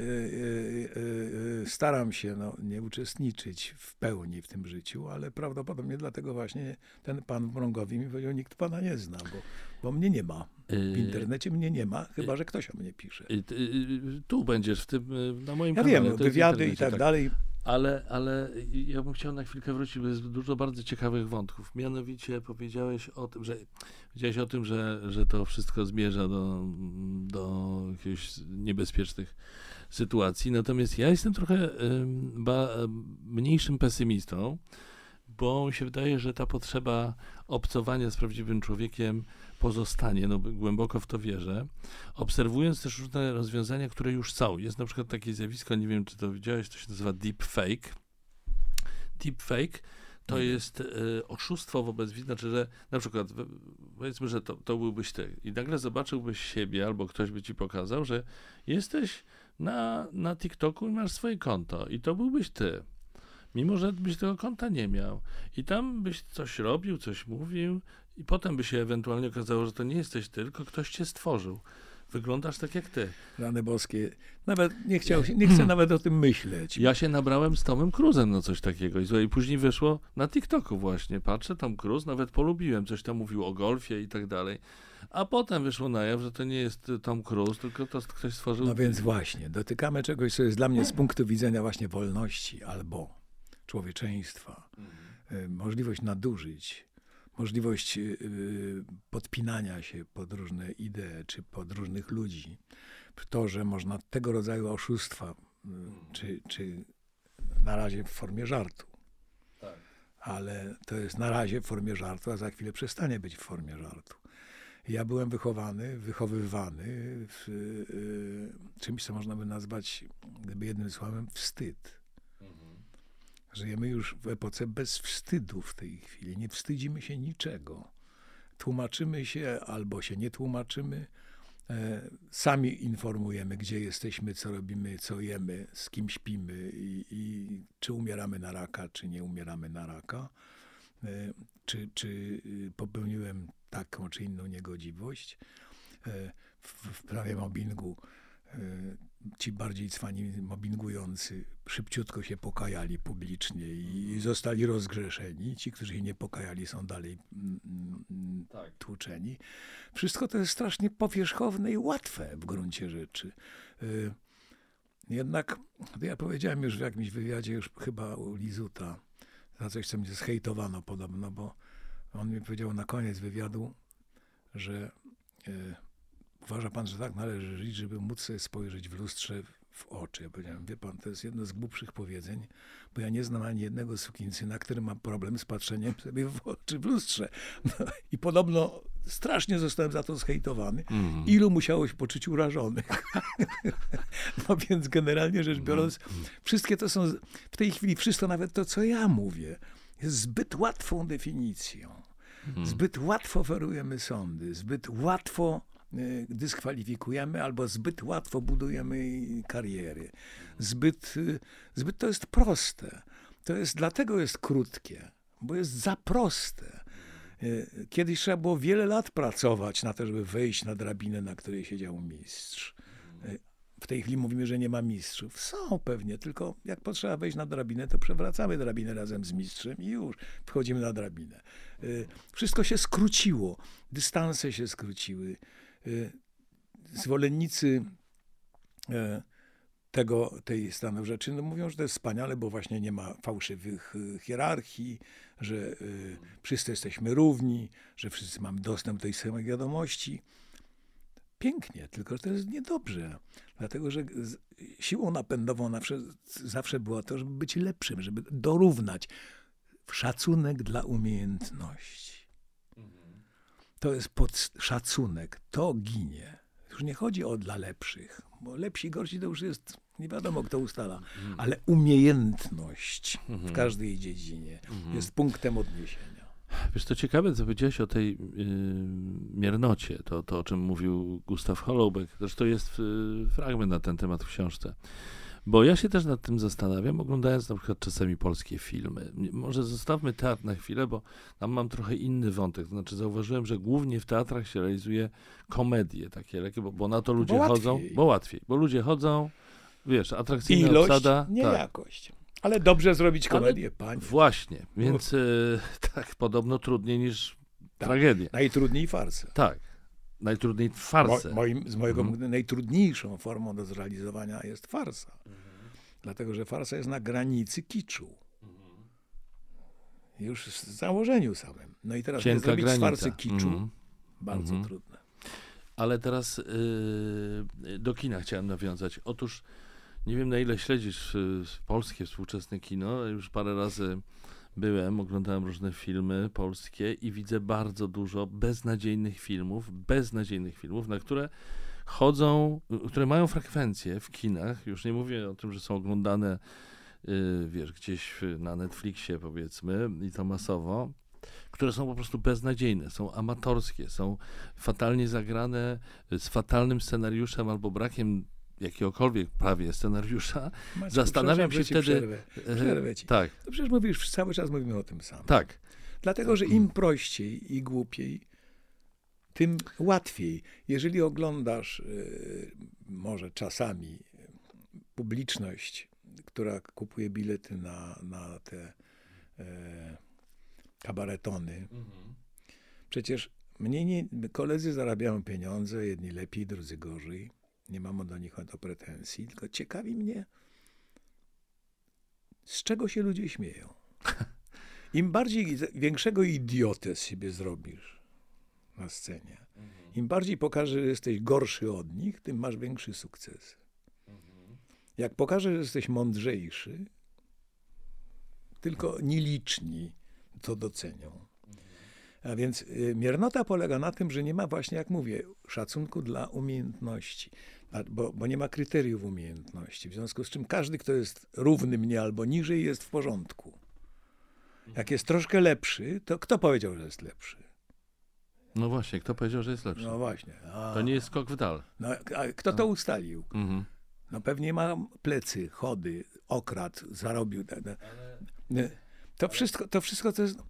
staram się nie uczestniczyć w pełni w tym życiu, ale prawdopodobnie dlatego właśnie ten pan w Mrągowie mi powiedział, nikt pana nie zna, bo mnie nie ma. W internecie mnie nie ma, chyba że ktoś o mnie pisze. Tu będziesz w tym, na moim kanale. Ja wiem, wywiady i tak dalej. Ale ja bym chciał na chwilkę wrócić, bo jest dużo bardzo ciekawych wątków. Mianowicie powiedziałeś o tym, że to wszystko zmierza do jakichś niebezpiecznych sytuacji. Natomiast ja jestem trochę mniejszym pesymistą, bo mi się wydaje, że ta potrzeba obcowania z prawdziwym człowiekiem pozostanie, głęboko w to wierzę, obserwując też różne rozwiązania, które już są. Jest na przykład takie zjawisko, nie wiem, czy to widziałeś, to się nazywa deepfake. Deepfake to jest oszustwo wobec widza, znaczy, że na przykład powiedzmy, że to byłbyś ty i nagle zobaczyłbyś siebie albo ktoś by ci pokazał, że jesteś na TikToku i masz swoje konto i to byłbyś ty. Mimo że byś tego konta nie miał. I tam byś coś robił, coś mówił i potem by się ewentualnie okazało, że to nie jesteś ty, tylko ktoś cię stworzył. Wyglądasz tak jak ty. Rany boskie. Nawet nie chcę nawet o tym myśleć. Ja się nabrałem z Tomem Cruzem na coś takiego i później wyszło na TikToku właśnie. Patrzę, Tom Cruise, nawet polubiłem. Coś tam mówił o golfie i tak dalej. A potem wyszło na jaw, że to nie jest Tom Cruise, tylko to ktoś stworzył... No więc właśnie, dotykamy czegoś, co jest dla mnie z punktu widzenia właśnie wolności albo człowieczeństwa. Możliwość nadużyć, możliwość podpinania się pod różne idee, czy pod różnych ludzi. To, że można tego rodzaju oszustwa, czy na razie w formie żartu. Tak. Ale to jest na razie w formie żartu, a za chwilę przestanie być w formie żartu. Ja byłem wychowywany w czymś, co można by nazwać, gdyby jednym słowem, wstyd. Żyjemy już w epoce bez wstydu w tej chwili. Nie wstydzimy się niczego. Tłumaczymy się albo się nie tłumaczymy. Sami informujemy, gdzie jesteśmy, co robimy, co jemy, z kim śpimy i czy umieramy na raka, czy nie umieramy na raka. Czy popełniłem taką czy inną niegodziwość. W prawie mobbingu ci bardziej cwani mobbingujący szybciutko się pokajali publicznie i zostali rozgrzeszeni. Ci, którzy się nie pokajali, są dalej tłuczeni. Wszystko to jest strasznie powierzchowne i łatwe w gruncie rzeczy. Jednak, to ja powiedziałem już w jakimś wywiadzie, już chyba u Lizuta, za coś, co mnie zhejtowano podobno, bo on mi powiedział na koniec wywiadu, że uważa pan, że tak należy żyć, żeby móc sobie spojrzeć w lustrze w oczy. Ja powiedziałem, wie pan, to jest jedno z głupszych powiedzeń, bo ja nie znam ani jednego sukinsyna, który ma problem z patrzeniem sobie w oczy w lustrze. No, i podobno strasznie zostałem za to zhejtowany. Ilu musiało się poczuć urażonych. No więc generalnie rzecz biorąc, wszystkie to są, w tej chwili wszystko, nawet to, co ja mówię, jest zbyt łatwą definicją. Zbyt łatwo oferujemy sądy, zbyt łatwo dyskwalifikujemy albo zbyt łatwo budujemy kariery. Zbyt to jest proste. Dlatego jest krótkie, bo jest za proste. Kiedyś trzeba było wiele lat pracować na to, żeby wejść na drabinę, na której siedział mistrz. W tej chwili mówimy, że nie ma mistrzów. Są pewnie, tylko jak potrzeba wejść na drabinę, to przewracamy drabinę razem z mistrzem i już wchodzimy na drabinę. Wszystko się skróciło, dystanse się skróciły. Zwolennicy tej stanu rzeczy mówią, że to jest wspaniale, bo właśnie nie ma fałszywych hierarchii, że wszyscy jesteśmy równi, że wszyscy mamy dostęp do tej samej wiadomości. Pięknie, tylko to jest niedobrze, dlatego że siłą napędową zawsze było to, żeby być lepszym, żeby dorównać. Szacunek dla umiejętności. To jest szacunek, to ginie. Już nie chodzi o dla lepszych, bo lepsi, gorsi to już jest, nie wiadomo kto ustala, ale umiejętność w każdej dziedzinie jest punktem odniesienia. Wiesz, to ciekawe, co powiedziałeś o tej miernocie, to o czym mówił Gustav Holubek. Zresztą jest fragment na ten temat w książce. Bo ja się też nad tym zastanawiam, oglądając na przykład czasami polskie filmy. Może zostawmy teatr na chwilę, bo tam mam trochę inny wątek. To znaczy zauważyłem, że głównie w teatrach się realizuje komedie takie, bo na to ludzie chodzą. Bo łatwiej. Bo ludzie chodzą, wiesz, atrakcyjna ilość, obsada. Nie tak. Jakość. Ale dobrze zrobić komedię, panie. Właśnie, więc tak podobno trudniej niż tragedię. Najtrudniej farsę. Tak, najtrudniej farsę. Z mojego punktu najtrudniejszą formą do zrealizowania jest farsa. Dlatego, że farsa jest na granicy kiczu. Już w założeniu samym. No i teraz zrobić z farsy kiczu bardzo trudne. Ale teraz do kina chciałem nawiązać. Otóż nie wiem, na ile śledzisz polskie współczesne kino. Już parę razy byłem, oglądałem różne filmy polskie i widzę bardzo dużo beznadziejnych filmów, na które chodzą, które mają frekwencję w kinach. Już nie mówię o tym, że są oglądane, wiesz, gdzieś na Netflixie, powiedzmy, i to masowo, które są po prostu beznadziejne, są amatorskie, są fatalnie zagrane, z fatalnym scenariuszem albo brakiem jakiegokolwiek prawie scenariusza. Maćku, zastanawiam się wtedy... Przerwę ci. Tak. No przecież mówisz, cały czas mówimy o tym samym. Tak. Dlatego, że im prościej i głupiej, tym łatwiej. Jeżeli oglądasz może czasami publiczność, która kupuje bilety na te kabaretony, przecież koledzy zarabiają pieniądze, jedni lepiej, drudzy gorzej. Nie mam do nich o to pretensji, tylko ciekawi mnie, z czego się ludzie śmieją. Im większego idiotę z siebie zrobisz na scenie, im bardziej pokażesz, że jesteś gorszy od nich, tym masz większy sukces. Jak pokażesz, że jesteś mądrzejszy, tylko nieliczni to docenią. A więc miernota polega na tym, że nie ma właśnie, jak mówię, szacunku dla umiejętności, bo nie ma kryteriów umiejętności, w związku z czym każdy, kto jest równy mnie albo niżej, jest w porządku. Jak jest troszkę lepszy, to kto powiedział, że jest lepszy? No właśnie, kto powiedział, że jest lepszy? No właśnie. To nie jest skok w dal. No, a kto to ustalił? No pewnie ma plecy, chody, okradł, zarobił. To wszystko to jest...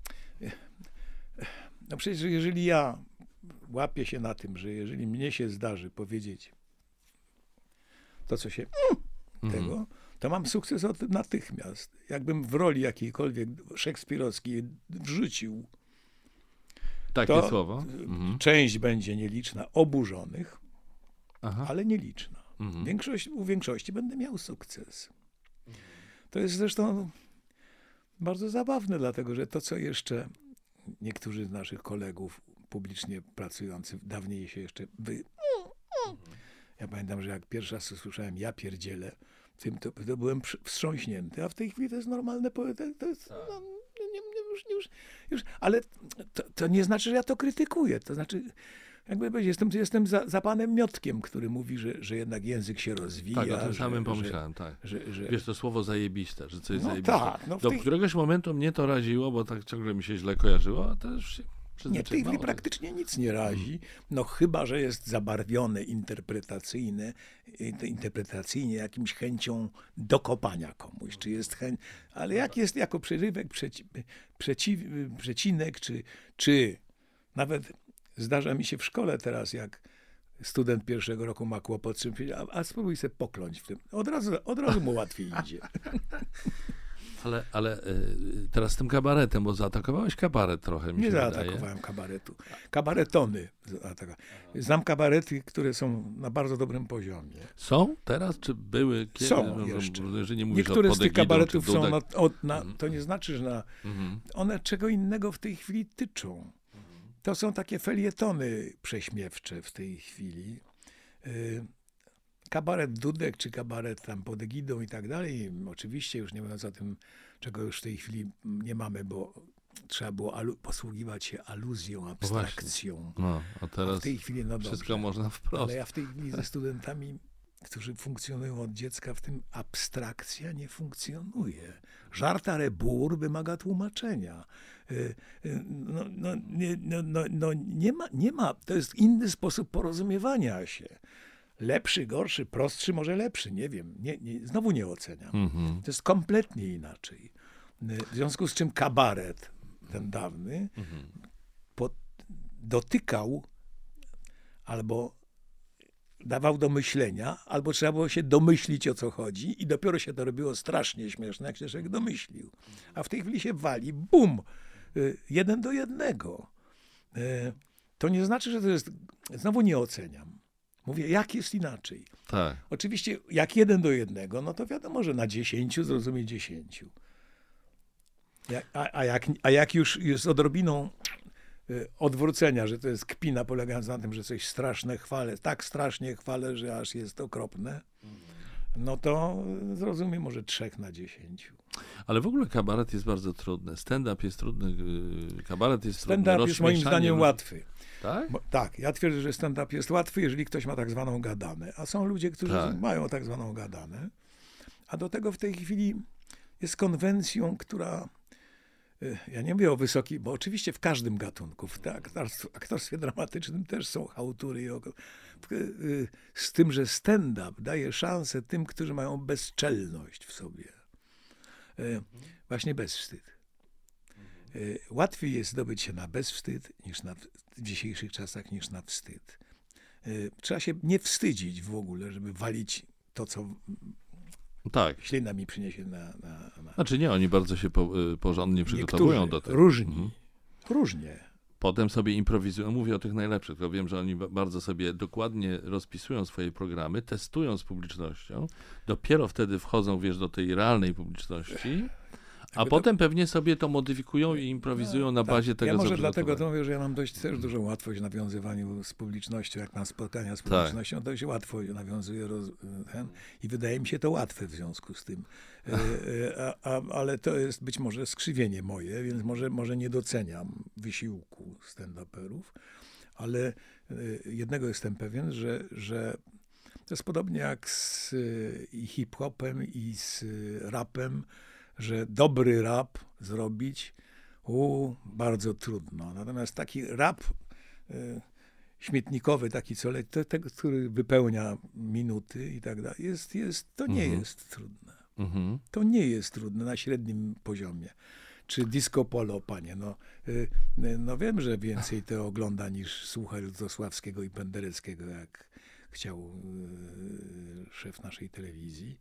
No przecież jeżeli ja łapię się na tym, że jeżeli mnie się zdarzy powiedzieć to, co się tego, to mam sukces natychmiast. Jakbym w roli jakiejkolwiek szekspirowskiej wrzucił takie słowo. Część będzie nieliczna, oburzonych, ale nieliczna. U większości będę miał sukces. To jest zresztą bardzo zabawne, dlatego że to, co jeszcze niektórzy z naszych kolegów publicznie pracujących, dawniej się jeszcze Ja pamiętam, że jak pierwszy raz usłyszałem ja pierdzielę, to byłem wstrząśnięty, a w tej chwili to jest normalne, to jest, no, już. Ale to nie znaczy, że ja to krytykuję. To znaczy, jakby powiedzieć, jestem za panem Miotkiem, który mówi, że jednak język się rozwija. Tak, o tym samym pomyślałem, tak. Wiesz, to słowo zajebiste, że coś zajebiste. Tak, do któregoś momentu mnie to raziło, bo tak ciągle mi się źle kojarzyło, a też się nie, w tej chwili praktycznie nic nie razi, no chyba, że jest zabarwione interpretacyjnie jakimś chęcią dokopania komuś, czy jest chęć, ale jak jest jako przerywek, przecinek, czy nawet zdarza mi się w szkole teraz, jak student pierwszego roku ma kłopot, a spróbuj sobie pokląć w tym. Od razu mu łatwiej idzie. Ale teraz z tym kabaretem, bo zaatakowałeś kabaret trochę, mi się wydaje. Nie zaatakowałem kabaretu. Kabaretony. Znam kabarety, które są na bardzo dobrym poziomie. Są teraz, czy były kiedyś? Są jeszcze. Że nie mówisz niektóre o z tych kabaretów są Mhm. to nie znaczy, że one czego innego w tej chwili tyczą. To są takie felietony prześmiewcze w tej chwili. Kabaret Dudek, czy kabaret tam pod egidą i tak dalej. Oczywiście już nie mówiąc o tym, czego już w tej chwili nie mamy, bo trzeba było posługiwać się aluzją, abstrakcją. No, a teraz w tej chwili, no wszystko dobrze, można wprost. ale ja w tej chwili ze studentami, którzy funkcjonują od dziecka, w tym abstrakcja nie funkcjonuje. Żart a rebur wymaga tłumaczenia. Nie ma. To jest inny sposób porozumiewania się. Lepszy, gorszy, prostszy, może lepszy, nie wiem. Znowu nie oceniam. To jest kompletnie inaczej. W związku z czym kabaret, ten dawny, dotykał albo dawał do myślenia, albo trzeba było się domyślić, o co chodzi i dopiero się to robiło strasznie śmieszne, jak się człowiek domyślił. A w tej chwili się wali, bum, 1:1. To nie znaczy, że to jest... Znowu nie oceniam. Mówię, jak jest inaczej. Tak. Oczywiście, jak 1:1, no to wiadomo, że na 10 zrozumie 10. A jak już jest odrobiną odwrócenia, że to jest kpina polegająca na tym, że coś straszne chwalę, tak strasznie chwalę, że aż jest okropne, no to zrozumie może 3/10. Ale w ogóle kabaret jest bardzo trudny. Stand-up jest trudny, kabaret jest trudny. Stand-up jest moim zdaniem łatwy. Tak? Tak, ja twierdzę, że stand-up jest łatwy, jeżeli ktoś ma tak zwaną gadanę. A są ludzie, którzy mają tak zwaną gadanę. A do tego w tej chwili jest konwencją, która... Ja nie mówię o wysokiej, bo oczywiście w każdym gatunku, w aktorstwie dramatycznym też są chałtury. Z tym, że stand-up daje szansę tym, którzy mają bezczelność w sobie. Właśnie bezwstyd. Łatwiej jest zdobyć się na bezwstyd w dzisiejszych czasach niż na wstyd. Trzeba się nie wstydzić w ogóle, żeby walić to, co ślina mi przyniesie na... Znaczy nie, oni bardzo się porządnie przygotowują do tego. Różnie. Potem sobie improwizują. Mówię o tych najlepszych, bo wiem, że oni bardzo sobie dokładnie rozpisują swoje programy, testują z publicznością. Dopiero wtedy wchodzą, do tej realnej publiczności. A potem pewnie sobie to modyfikują i improwizują na bazie tego, co co może dlatego to mówię, że ja mam też dużą łatwość w nawiązywaniu z publicznością. Jak mam spotkania z publicznością, to się łatwo nawiązuje. I wydaje mi się to łatwe w związku z tym. Ale to jest być może skrzywienie moje, więc może nie doceniam wysiłku stand-uperów. Ale jednego jestem pewien, że to jest podobnie jak z i hip-hopem, i z rapem, że dobry rap zrobić, bardzo trudno. Natomiast taki rap śmietnikowy, taki tego, który wypełnia minuty i tak dalej, to nie jest trudne. To nie jest trudne na średnim poziomie. Czy disco polo, panie, no wiem, że więcej to ogląda niż słucha Lutosławskiego i Pendereckiego, jak chciał szef naszej telewizji.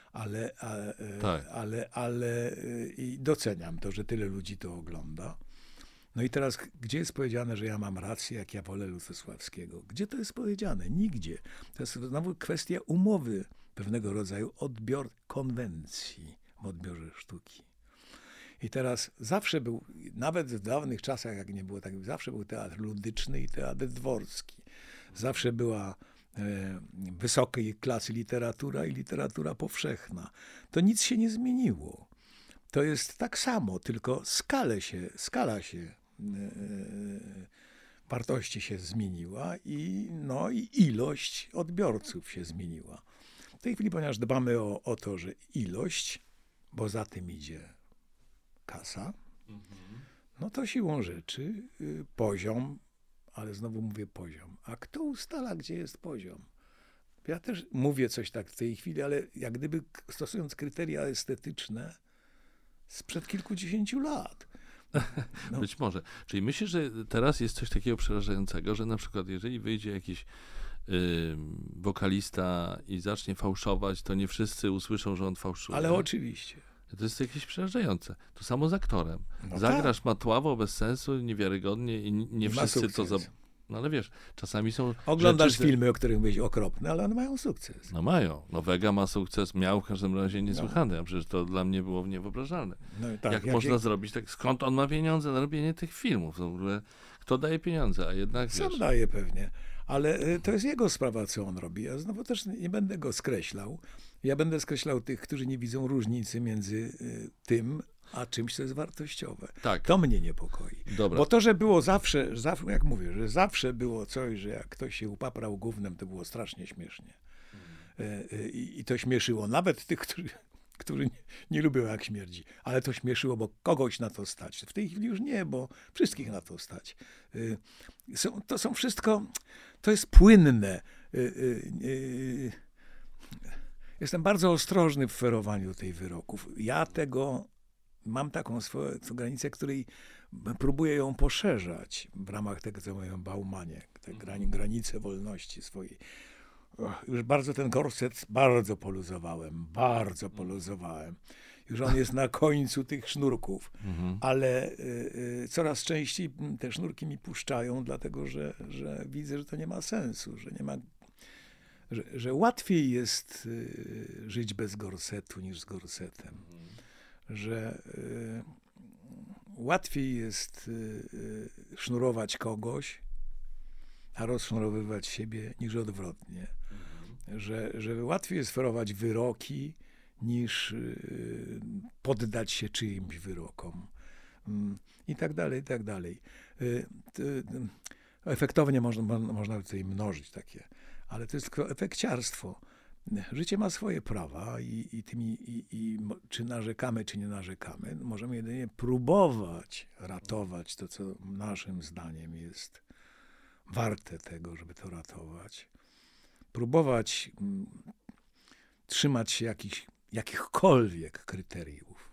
Ale i doceniam to, że tyle ludzi to ogląda. No i teraz, gdzie jest powiedziane, że ja mam rację, jak ja wolę Lutosławskiego? Gdzie to jest powiedziane? Nigdzie. To jest znowu kwestia umowy pewnego rodzaju, odbiór konwencji w odbiorze sztuki. I teraz zawsze był, nawet w dawnych czasach, jak nie było tak, zawsze był teatr ludyczny i teatr dworski. Zawsze była wysokiej klasy literatura i literatura powszechna. To nic się nie zmieniło. To jest tak samo, tylko skala się wartości się zmieniła i ilość odbiorców się zmieniła. W tej chwili, ponieważ dbamy o to, że ilość, bo za tym idzie kasa, no to siłą rzeczy poziom, ale znowu mówię poziom. A kto ustala, gdzie jest poziom? Ja też mówię coś tak w tej chwili, ale jak gdyby stosując kryteria estetyczne sprzed kilkudziesięciu lat. No. Być może. Czyli myślę, że teraz jest coś takiego przerażającego, że na przykład jeżeli wyjdzie jakiś wokalista i zacznie fałszować, to nie wszyscy usłyszą, że on fałszuje. Ale oczywiście. To jest jakieś przerażające. To samo z aktorem. No Zagrasz tak. matławo, bez sensu, niewiarygodnie i nie wszyscy to... No ale wiesz, czasami są... Oglądasz rzeczy, filmy, o których mówisz okropne, ale one mają sukces. No mają. No Vega ma sukces, miał w każdym razie niesłychany, a przecież to dla mnie było niewyobrażalne. No tak, jak można zrobić tak? Skąd on ma pieniądze na robienie tych filmów? W ogóle, kto daje pieniądze? A jednak Sam wiesz, daje pewnie, ale to jest jego sprawa, co on robi. Ja znowu też nie będę go skreślał. Ja będę skreślał tych, którzy nie widzą różnicy między tym, a czymś, co jest wartościowe. Tak. To mnie niepokoi. Dobra. Bo to, że było zawsze, jak mówię, że zawsze było coś, że jak ktoś się upaprał gównem, to było strasznie śmiesznie. I to śmieszyło nawet tych, którzy nie lubią jak śmierdzi. Ale to śmieszyło, bo kogoś na to stać. W tej chwili już nie, bo wszystkich na to stać. To są wszystko, to jest płynne. Jestem bardzo ostrożny w ferowaniu tych wyroków. Ja mam taką swoją granicę, której próbuję ją poszerzać w ramach tego, co mówią Baumanie, te granice wolności swojej. Już bardzo ten korset poluzowałem. Już on jest na końcu tych sznurków, ale coraz częściej te sznurki mi puszczają, dlatego że widzę, że to nie ma sensu, że łatwiej jest żyć bez gorsetu niż z gorsetem. Że łatwiej jest sznurować kogoś, a rozsznurowywać siebie, niż odwrotnie. Że łatwiej jest ferować wyroki, niż poddać się czyimś wyrokom. I tak dalej, i tak dalej. Efektownie można tutaj mnożyć takie, ale to jest tylko efekciarstwo. Życie ma swoje prawa i czy narzekamy, czy nie narzekamy, możemy jedynie próbować ratować to, co naszym zdaniem jest warte tego, żeby to ratować. Próbować trzymać się jakichkolwiek kryteriów.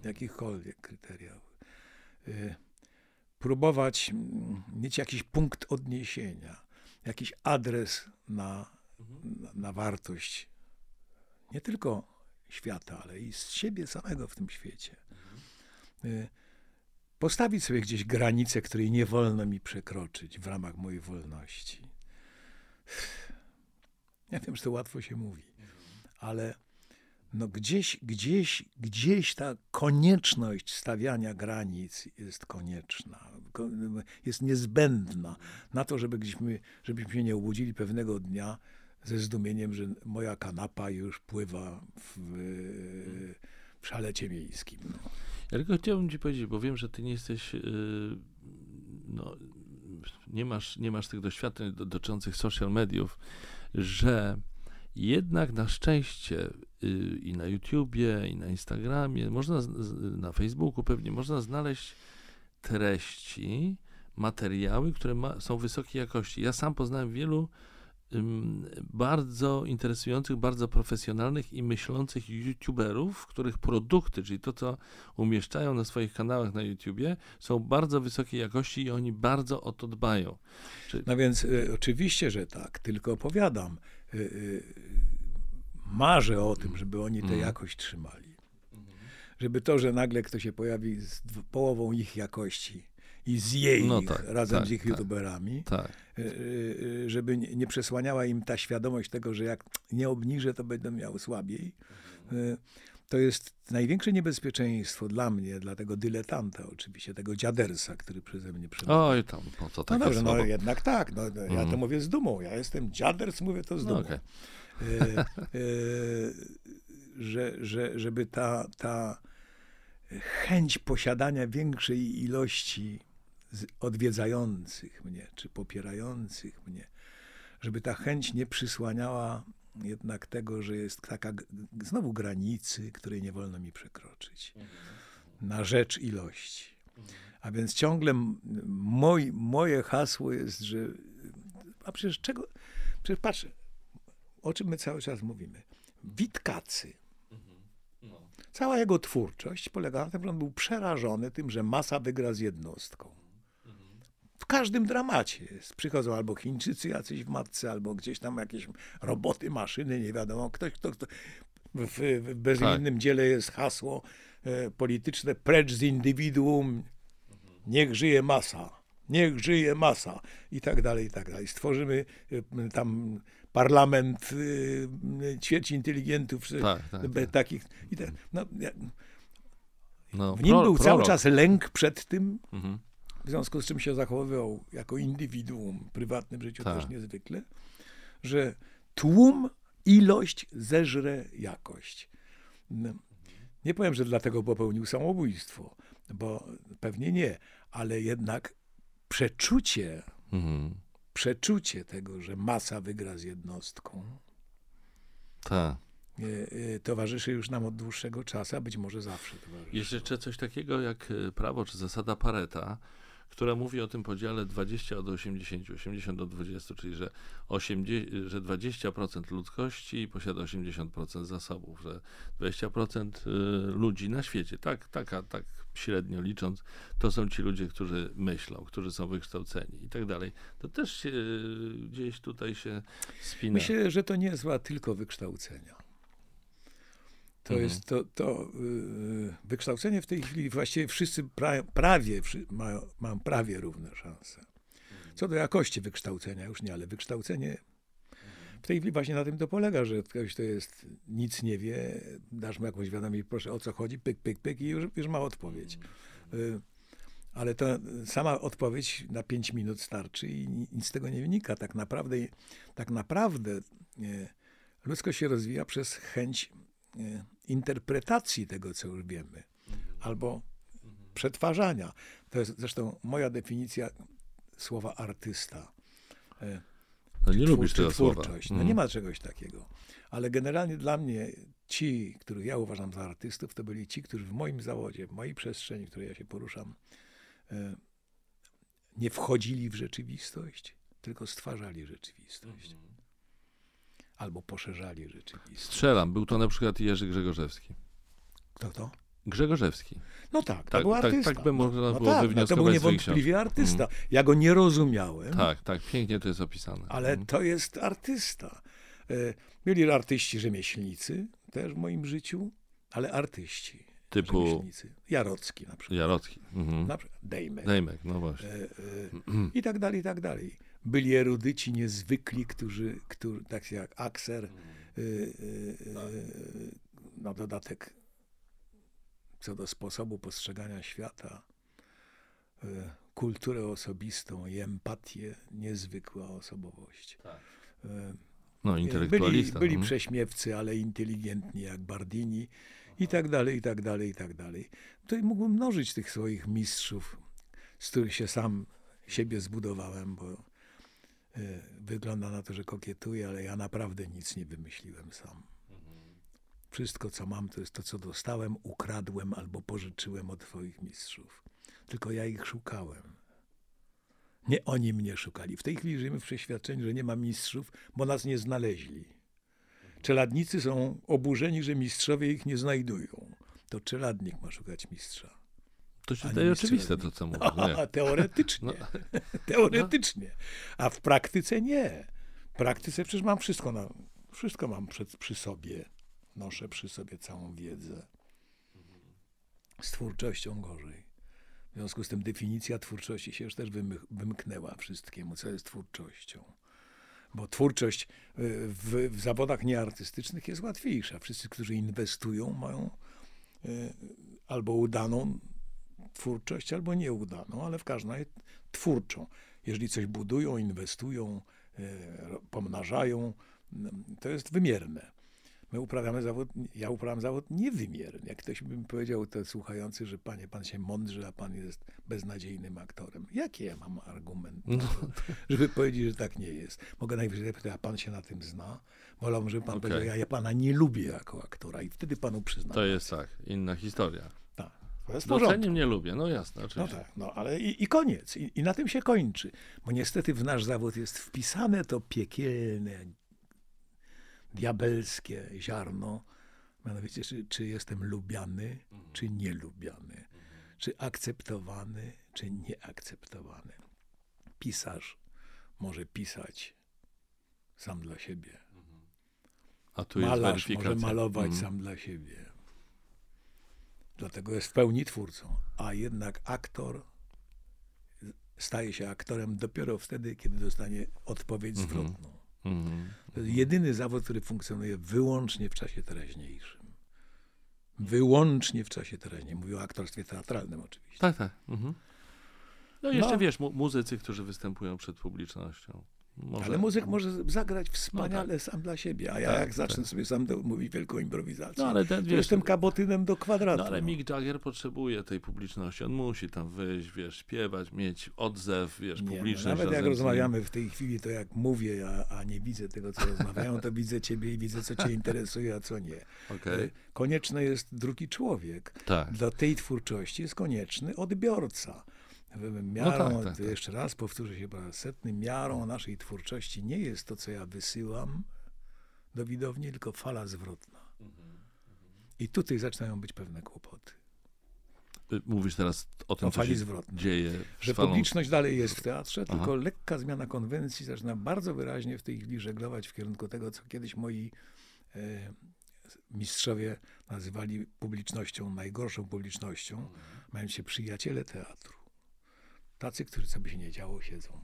Próbować mieć jakiś punkt odniesienia, jakiś adres na wartość nie tylko świata, ale i z siebie samego w tym świecie. Postawić sobie gdzieś granicę, której nie wolno mi przekroczyć w ramach mojej wolności. Ja wiem, że to łatwo się mówi, ale no gdzieś ta konieczność stawiania granic jest konieczna, jest niezbędna na to, żebyśmy się nie obudzili pewnego dnia ze zdumieniem, że moja kanapa już pływa w szalecie miejskim. No. Ja tylko chciałbym ci powiedzieć, bo wiem, że ty nie jesteś, nie masz tych doświadczeń dotyczących social mediów, że jednak na szczęście i na YouTubie, i na Instagramie, na Facebooku pewnie można znaleźć treści, materiały, które są wysokiej jakości. Ja sam poznałem wielu bardzo interesujących, bardzo profesjonalnych i myślących YouTuberów, których produkty, czyli to, co umieszczają na swoich kanałach na YouTubie, są bardzo wysokiej jakości i oni bardzo o to dbają. No więc oczywiście, że tak, tylko opowiadam, marzę o tym, żeby oni tę jakość trzymali. Żeby to, że nagle ktoś się pojawi z połową ich jakości i zje ich razem z ich youtuberami, żeby nie przesłaniała im ta świadomość tego, że jak nie obniżę, to będę miał słabiej. to jest największe niebezpieczeństwo dla mnie, dla tego dyletanta oczywiście, tego dziadersa, który przeze mnie przemawia. Oj, tam, po co No takie dobrze, słowo? no jednak tak, ja to mówię z dumą, ja jestem dziaders, mówię to z dumą. okej. Żeby ta chęć posiadania większej ilości odwiedzających mnie, czy popierających mnie, żeby ta chęć nie przysłaniała jednak tego, że jest taka znowu granicy, której nie wolno mi przekroczyć, na rzecz ilości. A więc ciągle moje hasło jest, że a przecież patrz, o czym my cały czas mówimy. Witkacy. Cała jego twórczość polega na tym, że on był przerażony tym, że masa wygra z jednostką. W każdym dramacie jest. Przychodzą albo Chińczycy jacyś w matce, albo gdzieś tam jakieś roboty, maszyny, nie wiadomo. Ktoś w bezimiennym dziele jest hasło polityczne precz z indywiduum, niech żyje masa. Niech żyje masa. I tak dalej, i tak dalej. Stworzymy tam parlament ćwierć inteligentów, takich. W nim był cały czas lęk przed tym, w związku z czym się zachowywał jako indywiduum, prywatne w życiu też niezwykle, że tłum, ilość zeżre jakość. Nie powiem, że dlatego popełnił samobójstwo, bo pewnie nie, ale jednak przeczucie tego, że masa wygra z jednostką, towarzyszy już nam od dłuższego czasu, a być może zawsze towarzyszy. Jest jeszcze coś takiego jak prawo czy zasada Pareta, która mówi o tym podziale 20 do 80, 80 do 20, czyli że 20% ludzkości posiada 80% zasobów, że 20% ludzi na świecie, tak średnio licząc, to są ci ludzie, którzy myślą, którzy są wykształceni i tak dalej. To też się, gdzieś tutaj się spina. Myślę, że to nie jest tylko wykształcenia. To jest wykształcenie w tej chwili właściwie wszyscy mają prawie równe szanse. Co do jakości wykształcenia już nie, ale wykształcenie w tej chwili właśnie na tym to polega, że ktoś to jest nic nie wie, dasz mu jakąś wiadomość, proszę o co chodzi, pyk, pyk, pyk i już ma odpowiedź. Ale to sama odpowiedź na 5 minut starczy i nic z tego nie wynika. Tak naprawdę ludzkość się rozwija przez chęć interpretacji tego, co już wiemy, albo przetwarzania. To jest zresztą moja definicja słowa artysta. Nie lubisz tego słowa. No nie ma czegoś takiego. Ale generalnie dla mnie ci, których ja uważam za artystów, to byli ci, którzy w moim zawodzie, w mojej przestrzeni, w której ja się poruszam, nie wchodzili w rzeczywistość, tylko stwarzali rzeczywistość. Albo poszerzali rzeczywistość. Strzelam. Był to na przykład Jerzy Grzegorzewski. Kto to? Grzegorzewski. No tak, to był artysta. Tak by można było wywnioskować. To był niewątpliwie artysta. Ja go nie rozumiałem. Tak, pięknie to jest opisane. Ale to jest artysta. Byli artyści rzemieślnicy też w moim życiu, ale artyści typu rzemieślnicy. Jarocki na przykład. Jarocki. Na przykład Dejmek, no właśnie. I tak dalej, i tak dalej. Byli erudyci niezwykli, którzy tak jak Akser, na dodatek co do sposobu postrzegania świata, kulturę osobistą i empatię, niezwykła osobowość. No, intelektualista. Byli prześmiewcy, ale inteligentni jak Bardini i tak dalej, i tak dalej, i tak dalej. Tutaj mógłbym mnożyć tych swoich mistrzów, z których się sam siebie zbudowałem, bo wygląda na to, że kokietuję, ale ja naprawdę nic nie wymyśliłem sam. Wszystko, co mam, to jest to, co dostałem, ukradłem albo pożyczyłem od twoich mistrzów. Tylko ja ich szukałem. Nie oni mnie szukali. W tej chwili żyjemy w przeświadczeniu, że nie ma mistrzów, bo nas nie znaleźli. Czeladnicy są oburzeni, że mistrzowie ich nie znajdują. To czeladnik ma szukać mistrza. To się wydaje oczywiste to, co mówię. Teoretycznie. Teoretycznie. A w praktyce nie. W praktyce przecież mam wszystko mam przy sobie. Noszę przy sobie całą wiedzę. Z twórczością gorzej. W związku z tym definicja twórczości się już też wymknęła wszystkiemu, co jest twórczością. bo twórczość w zawodach nieartystycznych jest łatwiejsza. Wszyscy, którzy inwestują, mają albo udaną twórczość, albo nieudaną, ale w każdym razie twórczą. Jeżeli coś budują, inwestują, pomnażają, to jest wymierne. Ja uprawiam zawód niewymierny. Jak ktoś by mi powiedział, to słuchający, że panie, pan się mądrzy, a pan jest beznadziejnym aktorem. Jakie ja mam argument, żeby powiedzieć, że tak nie jest? Mogę najwyżej zapytać, a pan się na tym zna? Wolałbym, żeby pan powiedział, ja pana nie lubię jako aktora i wtedy panu przyznam. To jest tak, inna historia. Tak. To jest Doceniam, nie lubię, no jasne, oczywiście. No tak, no ale i koniec. I na tym się kończy. Bo niestety w nasz zawód jest wpisane to piekielne, diabelskie ziarno, mianowicie czy jestem lubiany, czy nielubiany, czy akceptowany, czy nieakceptowany. Pisarz może pisać sam dla siebie. A tu jest Malarz weryfikacja. może malować sam dla siebie. Dlatego jest w pełni twórcą. A jednak aktor staje się aktorem dopiero wtedy, kiedy dostanie odpowiedź zwrotną. To jest jedyny zawód, który funkcjonuje wyłącznie w czasie teraźniejszym. Wyłącznie w czasie teraźniejszym. Mówię o aktorstwie teatralnym oczywiście. Tak, tak. No i jeszcze wiesz, muzycy, którzy występują przed publicznością. Ale muzyk może zagrać wspaniale sam dla siebie, a ja jak zacznę sobie sam mówić wielką improwizację, ale to jestem kabotynem do kwadratu. No ale Mick Jagger potrzebuje tej publiczności. On musi tam wyjść, wiesz, śpiewać, mieć odzew, wiesz, publiczność. Nawet jak rozmawiamy w tej chwili, to jak mówię, a nie widzę tego, co rozmawiają, to widzę ciebie i widzę, co cię interesuje, a co nie. Okay. Konieczny jest drugi człowiek. Tak. Dla tej twórczości jest konieczny odbiorca. Miarą, tak. Jeszcze raz powtórzę się po raz setny, miarą naszej twórczości nie jest to, co ja wysyłam do widowni, tylko fala zwrotna. I tutaj zaczynają być pewne kłopoty. Mówisz teraz o tym, fali co się zwrotnej. dzieje. Że publiczność dalej jest w teatrze, tylko lekka zmiana konwencji zaczyna bardzo wyraźnie w tej chwili żeglować w kierunku tego, co kiedyś moi mistrzowie nazywali publicznością, najgorszą publicznością, mają się przyjaciele teatru. Tacy, którzy co by się nie działo, siedzą.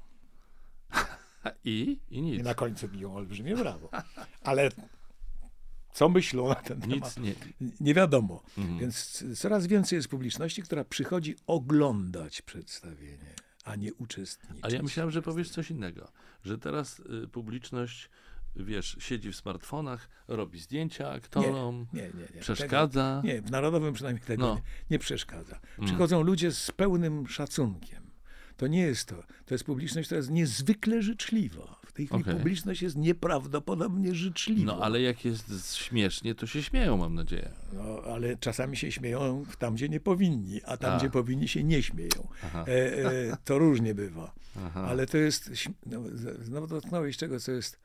I nic. I na końcu biją olbrzymie brawo. Ale co myślą na ten temat? Nie wiadomo. Więc coraz więcej jest publiczności, która przychodzi oglądać przedstawienie, a nie uczestniczyć. Ale ja myślałem, że powiesz coś innego. Że teraz publiczność, wiesz, siedzi w smartfonach, robi zdjęcia aktorom, nie. przeszkadza. Nie, w Narodowym przynajmniej tego nie przeszkadza. Przychodzą ludzie z pełnym szacunkiem. To nie jest to. To jest publiczność, która jest niezwykle życzliwa. W tej chwili publiczność jest nieprawdopodobnie życzliwa. No, ale jak jest śmiesznie, to się śmieją, mam nadzieję. No, ale czasami się śmieją tam, gdzie nie powinni, a tam, gdzie powinni, się nie śmieją. To różnie bywa. Ale to jest... Znowu dotknąłeś czego, co jest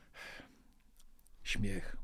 śmiech.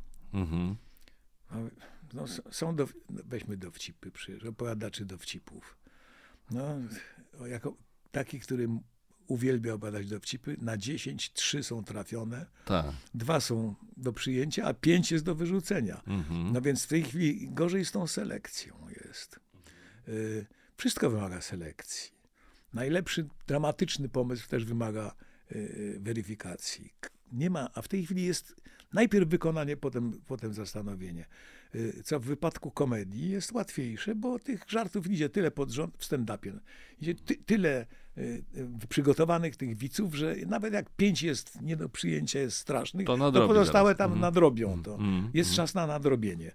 Weźmy dowcipy, opowiadaczy dowcipów. Jako taki, który uwielbia opowiadać dowcipy, na 10 3 są trafione, 2 są do przyjęcia, a 5 jest do wyrzucenia. No więc w tej chwili gorzej z tą selekcją jest. Wszystko wymaga selekcji. Najlepszy, dramatyczny pomysł też wymaga weryfikacji. Nie ma, a w tej chwili jest najpierw wykonanie, potem zastanowienie. Co w wypadku komedii jest łatwiejsze, bo tych żartów idzie tyle pod rząd w stand-upie. Idzie tyle przygotowanych tych widzów, że nawet jak 5 jest nie do przyjęcia, jest strasznych, to pozostałe tam nadrobią to. Jest czas na nadrobienie.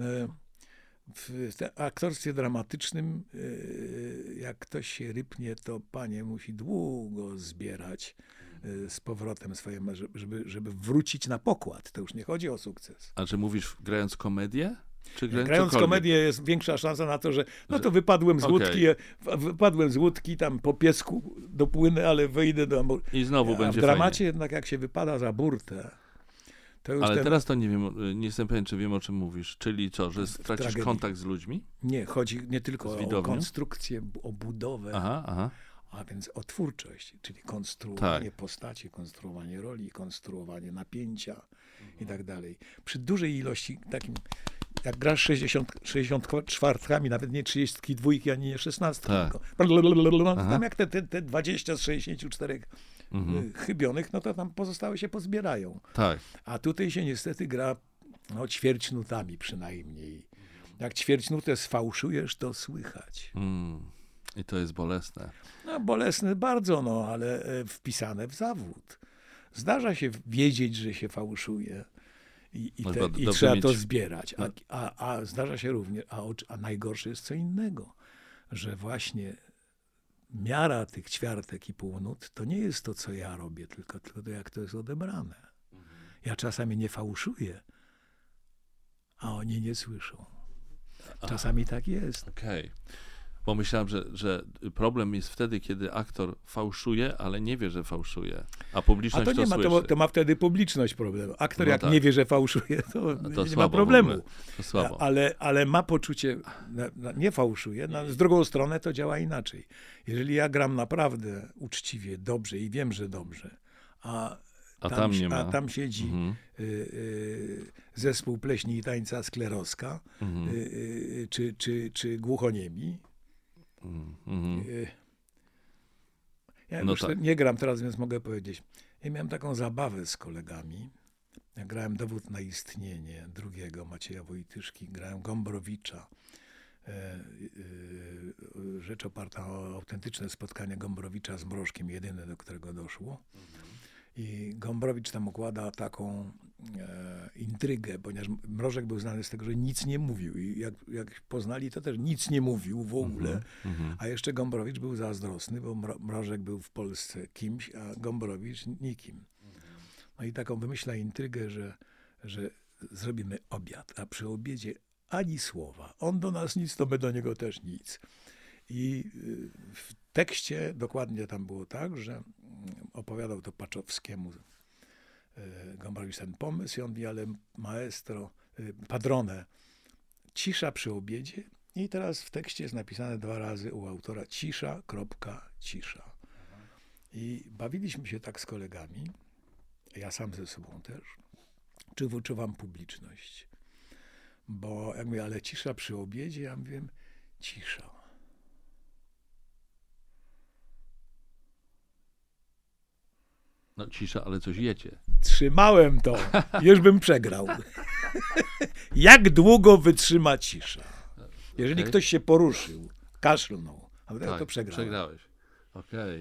W aktorstwie dramatycznym, jak ktoś się rypnie, to panie musi długo zbierać z powrotem swoje, żeby wrócić na pokład. To już nie chodzi o sukces. A czy mówisz grając komedię? Czy grając komedię jest większa szansa na to, że to wypadłem z łódki, wypadłem z łódki, tam po piesku dopłynę, ale wyjdę do... I znowu będzie w dramacie fajnie. Jednak jak się wypada za burtę, to już ale teraz to nie wiem, nie jestem pewien, czy wiem, o czym mówisz. Czyli co, że stracisz kontakt z ludźmi? Nie, chodzi nie tylko o konstrukcję, o budowę, a więc o twórczość, czyli konstruowanie postaci, konstruowanie roli, konstruowanie napięcia i tak dalej. Przy dużej ilości takim jak grasz 64, nawet nie 32, ani nie 16, Tak. tylko Aha. tam jak te 20 z 64 chybionych, no to tam pozostałe się pozbierają. Tak. A tutaj się niestety gra no, ćwierćnutami przynajmniej. Jak ćwierćnutę sfałszujesz, to słychać. I to jest bolesne. No, bolesne bardzo, no, ale wpisane w zawód. Zdarza się wiedzieć, że się fałszuje i Dobrze trzeba to mieć- zbierać. A zdarza się również, a najgorsze jest co innego, że właśnie miara tych ćwiartek i półnót to nie jest to, co ja robię, tylko to, jak to jest odebrane. Ja czasami nie fałszuję, a oni nie słyszą. Czasami tak jest. Okej. Bo myślałem, że problem jest wtedy, kiedy aktor fałszuje, ale nie wie, że fałszuje, a A publiczność to nie ma, słyszy. to ma wtedy publiczność problem. Aktor No jak tak. nie wie, że fałszuje, to To nie ma słabo w problemu. ogóle. To słabo. Ale ma poczucie, nie fałszuje. Z drugą stronę to działa inaczej. Jeżeli ja gram naprawdę uczciwie, dobrze i wiem, że dobrze, a tam nie ma. A tam siedzi Mhm. zespół pleśni i tańca Skleroska, czy głuchoniemi. Ja No już tak. nie gram teraz, więc mogę powiedzieć. Ja miałem taką zabawę z kolegami. Ja grałem Dowód na istnienie drugiego Macieja Wojtyszki, grałem Gombrowicza. Rzecz oparta o autentyczne spotkanie Gombrowicza z Mrożkiem, jedyne, do którego doszło. I Gombrowicz tam układa taką intrygę, ponieważ Mrożek był znany z tego, że nic nie mówił. I jak poznali, to też nic nie mówił w ogóle. A jeszcze Gombrowicz był zazdrosny, bo Mrożek był w Polsce kimś, a Gombrowicz nikim. No i taką wymyśla intrygę, że zrobimy obiad, a przy obiedzie ani słowa. On do nas nic, to my do niego też nic. I w tekście dokładnie tam było tak, że opowiadał to Paczowskiemu Gombrowicz ten pomysł i on mówi, ale maestro, padrone, cisza przy obiedzie i teraz w tekście jest napisane 2 razy u autora cisza, kropka, cisza. I bawiliśmy się tak z kolegami, ja sam ze sobą też, czy wyczuwam publiczność. Bo jak mówię, ale cisza przy obiedzie, ja mówię, cisza. No cisza, ale coś jecie. Trzymałem to, już bym przegrał. Jak długo wytrzyma cisza? Jeżeli Okej. ktoś się poruszył, kaszlnął, a to Tak, przegrałem. przegrałeś. Okej.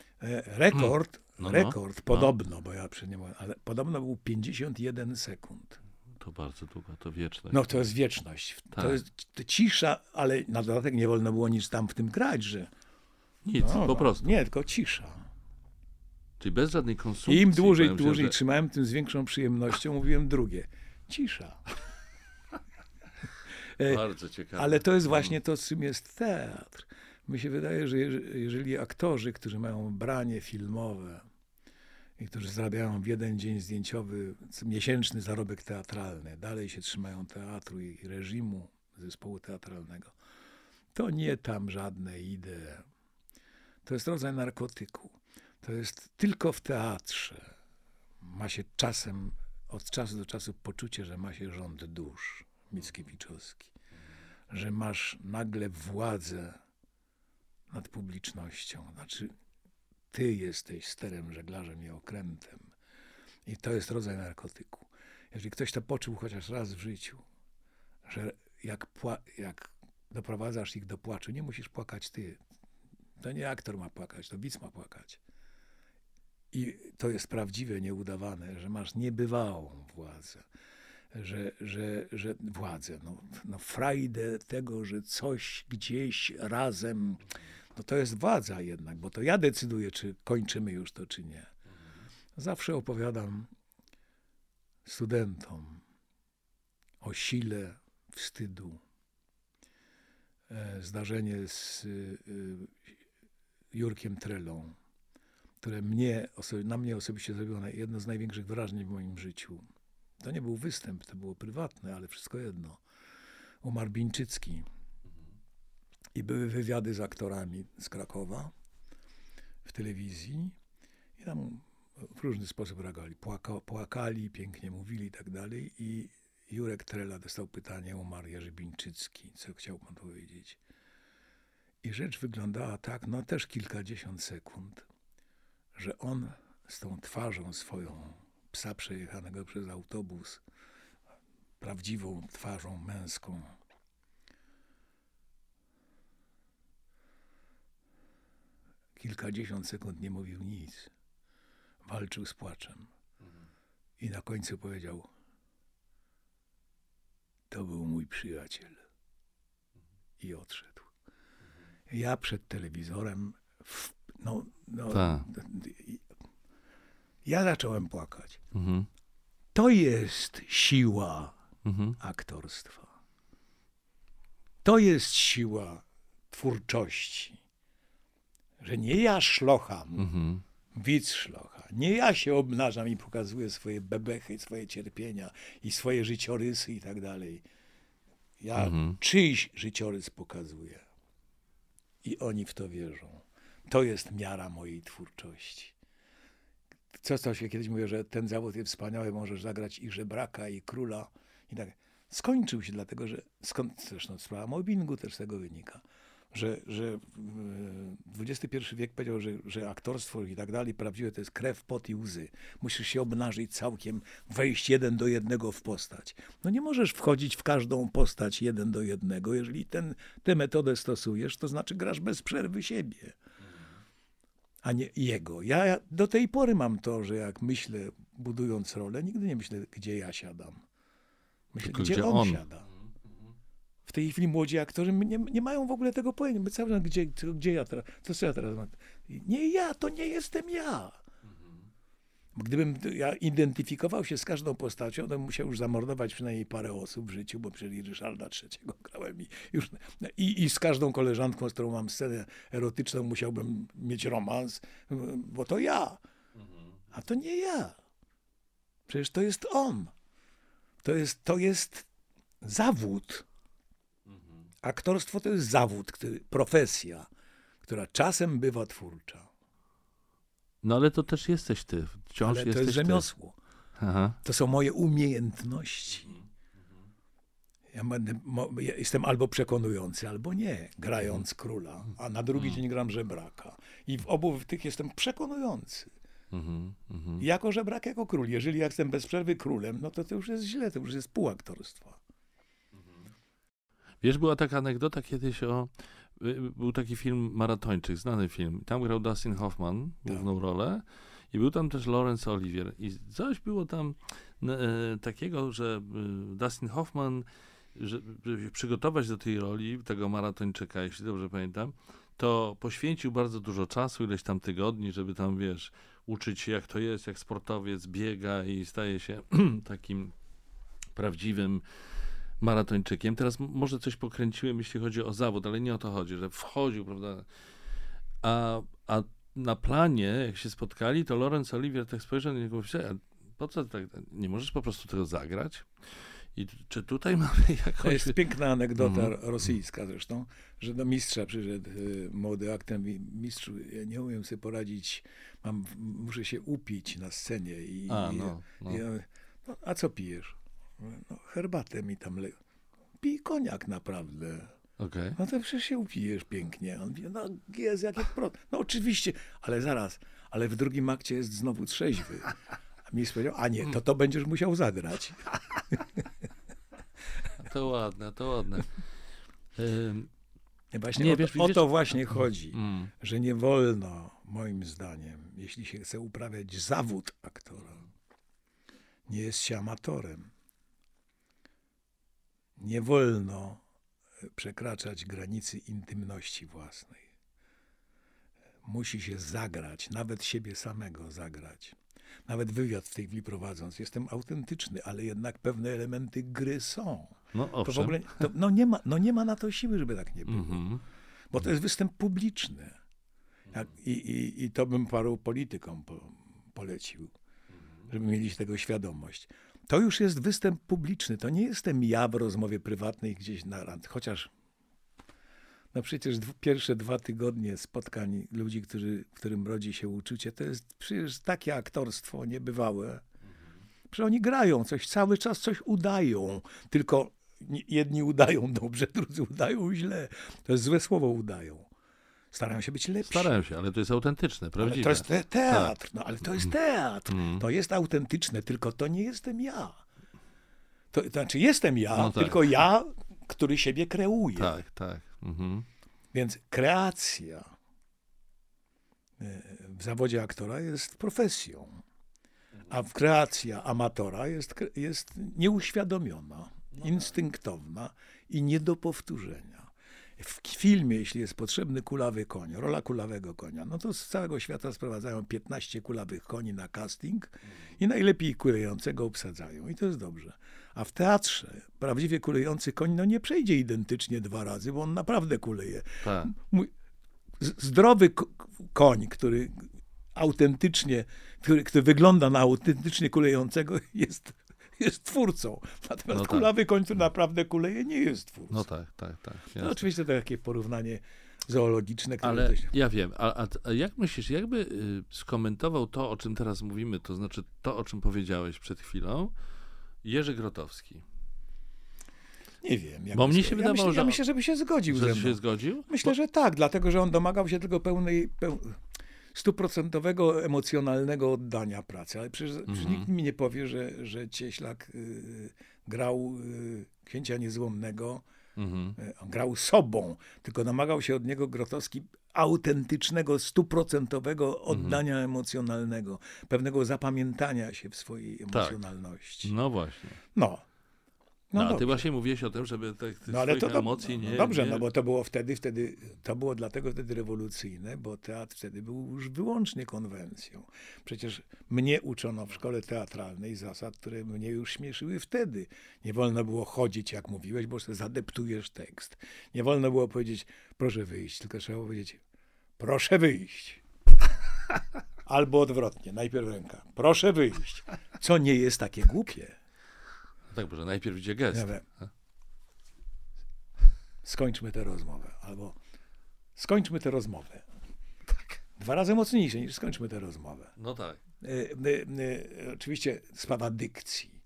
Rekord podobno, bo ja przy nie mówię, ale podobno był 51 sekund. To bardzo długo, to wieczność. No to jest wieczność. Tak. To jest cisza, ale na dodatek nie wolno było nic tam w tym grać, że Nic, po prostu. Nie, tylko cisza. Czyli bez żadnej konsumpcji. I im dłużej powiem ci, że- trzymałem, tym z większą przyjemnością mówiłem drugie. Cisza. Bardzo ciekawe. Ale to jest właśnie to, z czym jest teatr. Mi się wydaje, że jeżeli aktorzy, którzy mają branie filmowe i którzy zarabiają w jeden dzień zdjęciowy miesięczny zarobek teatralny, dalej się trzymają teatru i reżimu zespołu teatralnego, to nie tam żadne idee. To jest rodzaj narkotyku. To jest tylko w teatrze. Ma się czasem, od czasu do czasu poczucie, że ma się rząd dusz, Mickiewiczowski. Że masz nagle władzę nad publicznością. Znaczy, ty jesteś sterem, żeglarzem i okrętem. I to jest rodzaj narkotyku. Jeżeli ktoś to poczuł chociaż raz w życiu, że jak doprowadzasz ich do płaczu, nie musisz płakać ty. To nie aktor ma płakać, to widz ma płakać. I to jest prawdziwe, nieudawane, że masz niebywałą władzę. Że władzę, no frajdę tego, że coś gdzieś razem, no to jest władza jednak, bo to ja decyduję, czy kończymy już to, czy nie. Zawsze opowiadam studentom o sile wstydu. Zdarzenie z Jurkiem Trelą, które na mnie osobiście zrobiło jedno z największych wrażeń w moim życiu. To nie był występ, to było prywatne, ale wszystko jedno. Umarł Bińczycki i były wywiady z aktorami z Krakowa w telewizji i tam w różny sposób reagowali. Płakali, pięknie mówili i tak dalej. I Jurek Trela dostał pytanie, umarł Jerzy Bińczycki, co chciał pan powiedzieć. I rzecz wyglądała tak, no też kilkadziesiąt sekund, że on z tą twarzą swoją, psa przejechanego przez autobus, prawdziwą twarzą męską, kilkadziesiąt sekund nie mówił nic. Walczył z płaczem. I na końcu powiedział: to był mój przyjaciel. I odszedł. Ja przed telewizorem, ja zacząłem płakać. To jest siła aktorstwa. To jest siła twórczości. Że nie ja szlocham, widz szlocha. Nie ja się obnażam i pokazuję swoje bebechy, swoje cierpienia i swoje życiorysy i tak dalej. Ja czyjś życiorys pokazuję. I oni w to wierzą. To jest miara mojej twórczości. Co się kiedyś mówiło, że ten zawód jest wspaniały, możesz zagrać i żebraka, i króla. I tak. Skończył się dlatego, że zresztą sprawa mobbingu też z tego wynika. Że XXI wiek powiedział, że aktorstwo i tak dalej prawdziwe to jest krew, pot i łzy. Musisz się obnażyć całkiem, wejść 1 do 1 w postać. No nie możesz wchodzić w każdą postać 1 do 1. Jeżeli tę metodę stosujesz, to znaczy grasz bez przerwy siebie, a nie jego. Ja do tej pory mam to, że jak myślę, budując rolę, nigdy nie myślę, gdzie ja siadam. Myślę, gdzie on siada. W tej chwili młodzi aktorzy nie mają w ogóle tego pojęcia. My cały czas, gdzie ja teraz, co ja teraz mam? Nie ja, to nie jestem ja. Gdybym ja identyfikował się z każdą postacią, to bym musiał już zamordować przynajmniej parę osób w życiu, bo przecież Ryszarda III grałem i z każdą koleżanką, z którą mam scenę erotyczną, musiałbym mieć romans, bo to ja. A to nie ja. Przecież to jest on. To jest zawód. Aktorstwo to jest zawód, profesja, która czasem bywa twórcza. No ale to też jesteś ty. Wciąż ale to jest rzemiosło. To są moje umiejętności. Ja jestem albo przekonujący, albo nie, grając króla, a na drugi dzień gram żebraka. I w obu tych jestem przekonujący. Jako żebrak, jako król. Jeżeli ja jestem bez przerwy królem, no to już jest źle, to już jest pół aktorstwa. Wiesz, była taka anegdota kiedyś był taki film Maratończyk, znany film. Tam grał Dustin Hoffman główną rolę i był tam też Laurence Olivier. I coś było tam takiego, że Dustin Hoffman, żeby się przygotować do tej roli, tego Maratończyka, jeśli dobrze pamiętam, to poświęcił bardzo dużo czasu, ileś tam tygodni, żeby tam, wiesz, uczyć się, jak to jest, jak sportowiec biega i staje się takim prawdziwym maratończykiem. Teraz może coś pokręciłem, jeśli chodzi o zawód, ale nie o to chodzi, że wchodził, prawda? A na planie, jak się spotkali, to Laurence Olivier tak spojrzał na niego i powiedział: po co tak, nie możesz po prostu tego zagrać? I czy tutaj mamy jakąś... To jest piękna anegdota rosyjska zresztą, że do mistrza przyszedł młody aktor, mówi: mistrzu, ja nie umiem sobie poradzić, muszę się upić na scenie. A co pijesz? No, herbatę mi tam pij koniak naprawdę. Okay. No to przecież się upijesz pięknie. On mówi: no jest jakie no oczywiście, ale zaraz, ale w drugim akcie jest znowu trzeźwy. A mistrz powiedział: a nie, to będziesz musiał zagrać. To ładne. Właśnie o to właśnie chodzi, że nie wolno, moim zdaniem, jeśli się chce uprawiać zawód aktora, nie jest się amatorem. Nie wolno przekraczać granicy intymności własnej. Musi się zagrać, nawet siebie samego zagrać. Nawet wywiad w tej chwili prowadząc, jestem autentyczny, ale jednak pewne elementy gry są. No owszem. To w ogóle, nie ma na to siły, żeby tak nie było. Bo to jest występ publiczny. I to bym paru politykom polecił, żeby mieli tego świadomość. To już jest występ publiczny. To nie jestem ja w rozmowie prywatnej gdzieś na randce. Chociaż no przecież pierwsze 2 tygodnie spotkań ludzi, którym rodzi się uczucie, to jest przecież takie aktorstwo niebywałe. że oni grają coś, cały czas coś udają, tylko jedni udają dobrze, drudzy udają źle. To jest złe słowo, udają. Starają się być lepsi. Starają się, ale to jest autentyczne, prawdziwe. Ale to jest teatr, Tak. no ale to jest teatr. To jest autentyczne, tylko to nie jestem ja. To znaczy jestem ja, No tak. tylko ja, który siebie kreuje. Tak, tak. Mhm. Więc kreacja w zawodzie aktora jest profesją, a kreacja amatora jest nieuświadomiona, instynktowna i nie do powtórzenia. W filmie, jeśli jest potrzebny kulawy koń, rola kulawego konia, no to z całego świata sprowadzają 15 kulawych koni na casting i najlepiej kulejącego obsadzają. I to jest dobrze. A w teatrze prawdziwie kulejący koń no nie przejdzie identycznie 2 razy, bo on naprawdę kuleje. Tak. Zdrowy koń, który autentycznie, który wygląda na autentycznie kulejącego, jest twórcą. Natomiast No tak. kulawy koń, który naprawdę kuleje, nie jest twórcą. No tak. No, oczywiście to takie porównanie zoologiczne, które Ale dość... ja wiem, a jak myślisz, jakby skomentował to, o czym teraz mówimy, to znaczy to, o czym powiedziałeś przed chwilą, Jerzy Grotowski? Nie wiem. Bo mnie się wydawało, że... Ja myślę, żeby się zgodził ze Że mną. się zgodził? Myślę, że tak, dlatego, że on domagał się tylko 100% emocjonalnego oddania pracy. Ale przecież nikt mi nie powie, że Cieślak grał księcia niezłomnego, grał sobą, tylko domagał się od niego Grotowski autentycznego, 100% oddania emocjonalnego, pewnego zapamiętania się w swojej emocjonalności. No właśnie. No. No, a dobrze. ty właśnie mówiłeś o tym, żeby tych ale swoich emocji nie... Dobrze, nie... no bo to było wtedy to było dlatego wtedy rewolucyjne, bo teatr wtedy był już wyłącznie konwencją. Przecież mnie uczono w szkole teatralnej zasad, które mnie już śmieszyły wtedy. Nie wolno było chodzić, jak mówiłeś, bo sobie zadeptujesz tekst. Nie wolno było powiedzieć, proszę wyjść, tylko trzeba było powiedzieć, proszę wyjść. Albo odwrotnie, najpierw ręka, proszę wyjść. Co nie jest takie głupie. Tak, może najpierw idzie gest. Skończmy tę rozmowę, albo skończmy tę rozmowę. Tak. 2 razy mocniejsze niż skończmy tę rozmowę. No tak. Oczywiście sprawa dykcji.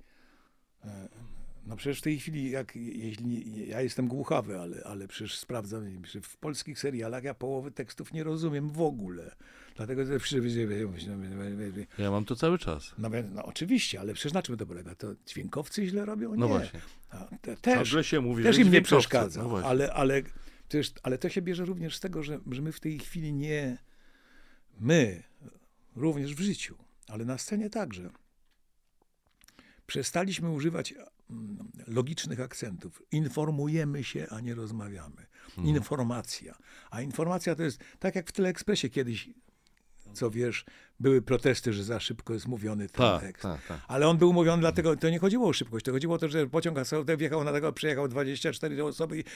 No przecież w tej chwili, jeśli ja jestem głuchawy, ale przecież sprawdzam, że w polskich serialach ja połowy tekstów nie rozumiem w ogóle. Dlatego że Ja mam to cały czas. No oczywiście, ale przecież na czym to polega? To dźwiękowcy źle robią? Nie. No właśnie. Też się mówi, też że im nie dźwiękowcy. przeszkadza, No ale to się bierze również z tego, że my w tej chwili my również w życiu, ale na scenie także, przestaliśmy używać logicznych akcentów. Informujemy się, a nie rozmawiamy. Informacja. A informacja to jest, tak jak w Teleekspresie kiedyś, co wiesz, były protesty, że za szybko jest mówiony ten tekst. Tak. Ale on był mówiony dlatego, to nie chodziło o szybkość, to chodziło o to, że pociąg wjechał na tego, przyjechał 24 osoby i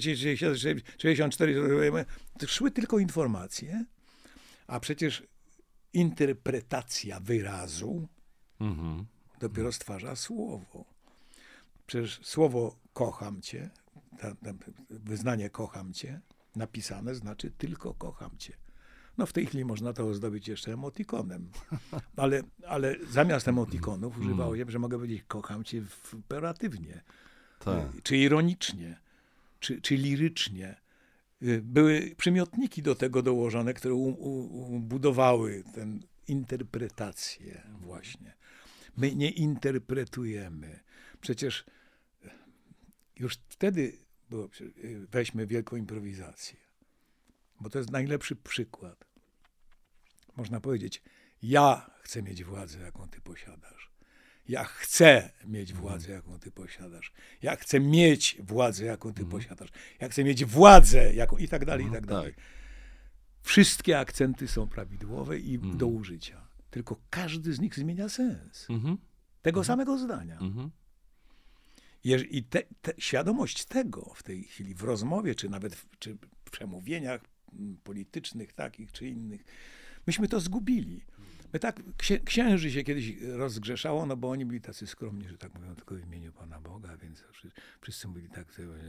64, to szły tylko informacje, a przecież interpretacja wyrazu dopiero stwarza słowo. Przecież słowo kocham cię, wyznanie kocham cię, napisane znaczy tylko kocham cię. No w tej chwili można to ozdobić jeszcze emotikonem. Ale zamiast emotikonów używało się, że mogę powiedzieć kocham cię imperatywnie, czy ironicznie, czy lirycznie. Były przymiotniki do tego dołożone, które budowały tę interpretację właśnie. My nie interpretujemy. Przecież już wtedy było, weźmy wielką improwizację, bo to jest najlepszy przykład. Można powiedzieć, ja chcę mieć władzę, jaką ty posiadasz. Ja chcę mieć władzę, jaką ty posiadasz. Ja chcę mieć władzę, jaką ty posiadasz. Ja chcę mieć władzę, jaką... I tak dalej, i tak dalej. Wszystkie akcenty są prawidłowe i do użycia. Tylko każdy z nich zmienia sens. Tego samego zdania. I świadomość tego w tej chwili w rozmowie, czy nawet w przemówieniach politycznych takich czy innych, myśmy to zgubili. My tak, księży się kiedyś rozgrzeszało, no bo oni byli tacy skromni, że tak mówią tylko w imieniu Pana Boga, więc wszyscy mówili tak,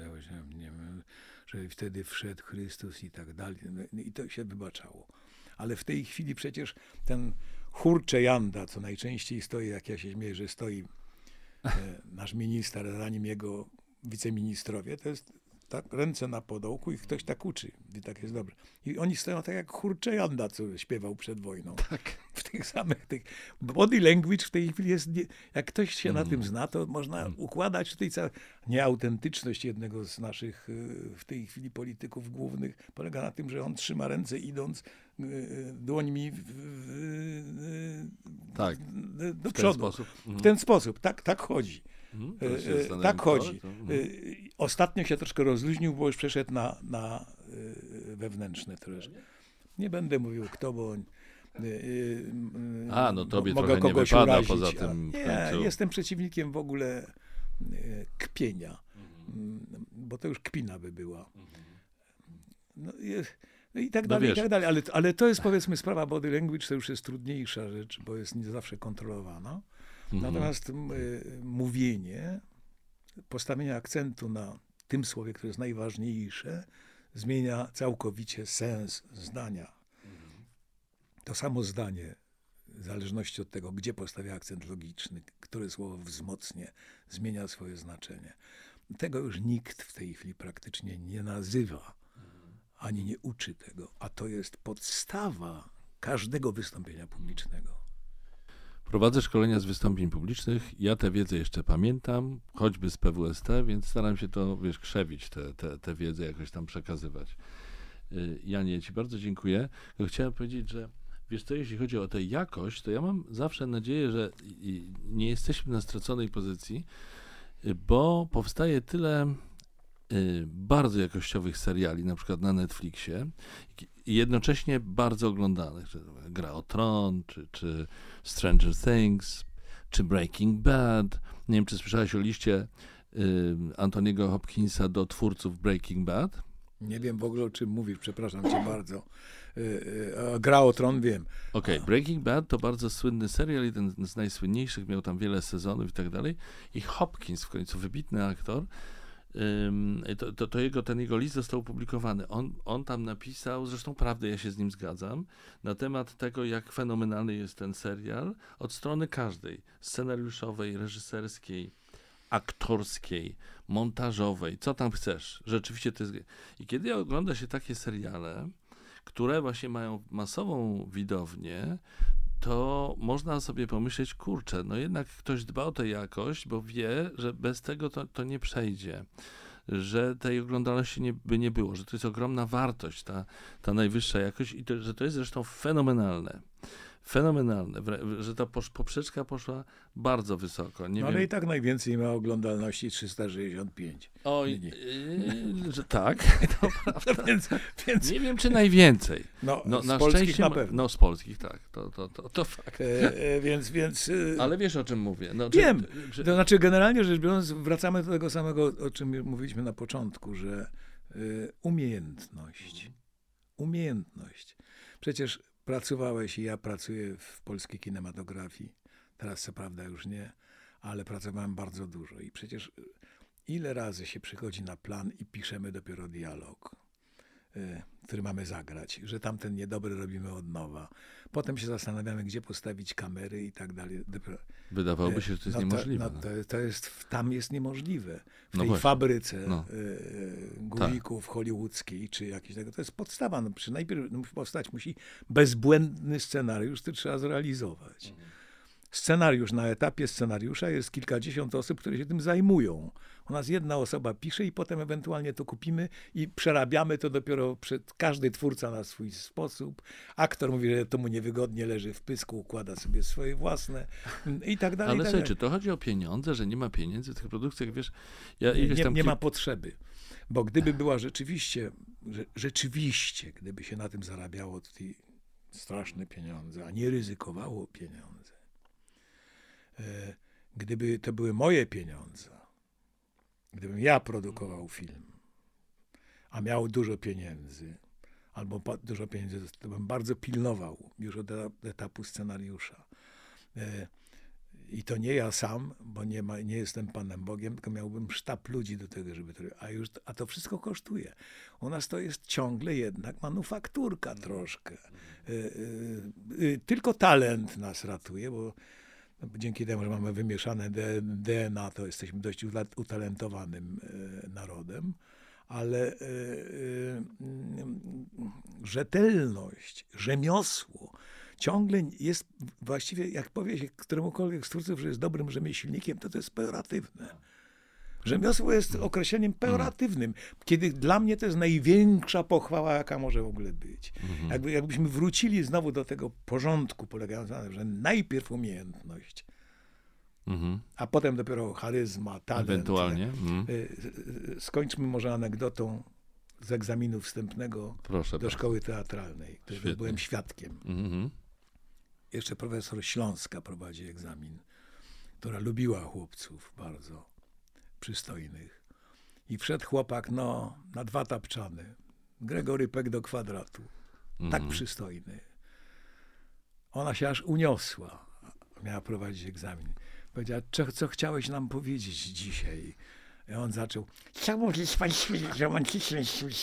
że wtedy wszedł Chrystus i tak dalej. I to się wybaczało. Ale w tej chwili przecież ten Hurcze Janda, co najczęściej stoi, jak ja się śmieję, że stoi nasz minister, za nim jego wiceministrowie, to jest tak, ręce na podołku i ktoś tak uczy. I tak jest dobrze. I oni stoją tak jak Hurcze Janda, co śpiewał przed wojną. Tak. W tych samych tych. Body language w tej chwili jest. Jak ktoś się na tym zna, to można układać tutaj całą. Nieautentyczność jednego z naszych w tej chwili polityków głównych polega na tym, że on trzyma ręce idąc dłońmi Tak. do W ten przodu. sposób. W ten sposób. Tak chodzi. To się zastanawiam, Tak chodzi. to. Ostatnio się troszkę rozluźnił, bo już przeszedł na wewnętrzne troszkę. Nie będę mówił kto, bo No tobie mogę trochę nie kogoś wypada urazić. poza tym. Nie, jestem przeciwnikiem w ogóle kpienia, bo to już kpina by była. No i tak dalej, wiesz. i tak dalej. Ale to jest, powiedzmy, sprawa body language, to już jest trudniejsza rzecz, bo jest nie zawsze kontrolowana. Natomiast mówienie, postawienie akcentu na tym słowie, które jest najważniejsze, zmienia całkowicie sens zdania. To samo zdanie, w zależności od tego, gdzie postawia akcent logiczny, które słowo wzmocnię, zmienia swoje znaczenie. Tego już nikt w tej chwili praktycznie nie nazywa, ani nie uczy tego, a to jest podstawa każdego wystąpienia publicznego. Prowadzę szkolenia z wystąpień publicznych. Ja tę wiedzę jeszcze pamiętam, choćby z PWST, więc staram się to, krzewić, tę wiedzę jakoś tam przekazywać. Janie, ci bardzo dziękuję. Chciałem powiedzieć, że wiesz co, jeśli chodzi o tę jakość, to ja mam zawsze nadzieję, że nie jesteśmy na straconej pozycji, bo powstaje tyle bardzo jakościowych seriali, na przykład na Netflixie, i jednocześnie bardzo oglądanych, Gra o Tron, czy Stranger Things, czy Breaking Bad. Nie wiem, czy słyszałeś o liście Antoniego Hopkinsa do twórców Breaking Bad? Nie wiem w ogóle, o czym mówisz, przepraszam cię bardzo. Gra o Tron wiem. Okej, Breaking Bad to bardzo słynny serial, jeden z najsłynniejszych, miał tam wiele sezonów i tak dalej. I Hopkins, w końcu wybitny aktor, ten jego list został opublikowany. On tam napisał, zresztą prawdę, ja się z nim zgadzam, na temat tego, jak fenomenalny jest ten serial od strony każdej, scenariuszowej, reżyserskiej, aktorskiej, montażowej, co tam chcesz. Rzeczywiście to jest... I kiedy ogląda się takie seriale, które właśnie mają masową widownię, to można sobie pomyśleć, kurczę, no jednak ktoś dba o tę jakość, bo wie, że bez tego to nie przejdzie, że tej oglądalności by nie było, że to jest ogromna wartość, ta najwyższa jakość i że to jest zresztą fenomenalne, że ta poprzeczka poszła bardzo wysoko. Nie ale wiem. i tak najwięcej ma oglądalności 365. Oj, że tak, to prawda. Więc nie wiem, czy najwięcej. z na polskich szczęście na pewno. z polskich, tak. To fakt. Więc Ale wiesz, o czym mówię. wiem. To znaczy, generalnie rzecz biorąc, wracamy do tego samego, o czym mówiliśmy na początku, że umiejętność. Przecież pracowałeś i ja pracuję w polskiej kinematografii. Teraz co prawda już nie, ale pracowałem bardzo dużo. I przecież ile razy się przychodzi na plan i piszemy dopiero dialog, który mamy zagrać, że tamten niedobry robimy od nowa. Potem się zastanawiamy, gdzie postawić kamery i tak dalej. Wydawałoby się, że to jest niemożliwe. Tam jest niemożliwe. W tej właśnie. fabryce guzików hollywoodzkiej, czy jakieś tego, to jest podstawa. Najpierw musi bezbłędny scenariusz, który trzeba zrealizować. Scenariusz, na etapie scenariusza jest kilkadziesiąt osób, które się tym zajmują. U nas jedna osoba pisze i potem ewentualnie to kupimy i przerabiamy to dopiero każdy twórca na swój sposób. Aktor mówi, że to mu niewygodnie, leży w pysku, układa sobie swoje własne i tak dalej. Ale słuchaj, czy to chodzi o pieniądze, że nie ma pieniędzy w tych produkcjach? Wiesz, nie ma potrzeby. Bo gdyby była rzeczywiście, gdyby się na tym zarabiało straszne pieniądze, a nie ryzykowało pieniądze, gdyby to były moje pieniądze, gdybym ja produkował film, a miał dużo pieniędzy, albo dużo pieniędzy, to bym bardzo pilnował już od etapu scenariusza. I to nie ja sam, bo nie jestem Panem Bogiem, tylko miałbym sztab ludzi do tego, żeby to... A to wszystko kosztuje. U nas to jest ciągle jednak manufakturka troszkę. Tylko talent nas ratuje, bo dzięki temu, że mamy wymieszane DNA, to jesteśmy dość utalentowanym narodem, ale rzetelność, rzemiosło ciągle jest właściwie, jak powie się któremukolwiek z twórców, że jest dobrym rzemieślnikiem, to jest pejoratywne. Rzemiosło jest określeniem pejoratywnym, kiedy dla mnie to jest największa pochwała, jaka może w ogóle być. Jakbyśmy wrócili znowu do tego porządku polegającego na tym, że najpierw umiejętność, a potem dopiero charyzma, talent. Ewentualnie. Skończmy może anegdotą z egzaminu wstępnego do szkoły teatralnej, którego byłem świadkiem. Jeszcze profesor Śląska prowadzi egzamin, która lubiła chłopców bardzo przystojnych. I wszedł chłopak, na 2 tapczany. Gregory Peck do kwadratu. Tak przystojny. Ona się aż uniosła. Miała prowadzić egzamin. Powiedziała, co chciałeś nam powiedzieć dzisiaj? I on zaczął, chciałbym pan romantyczny.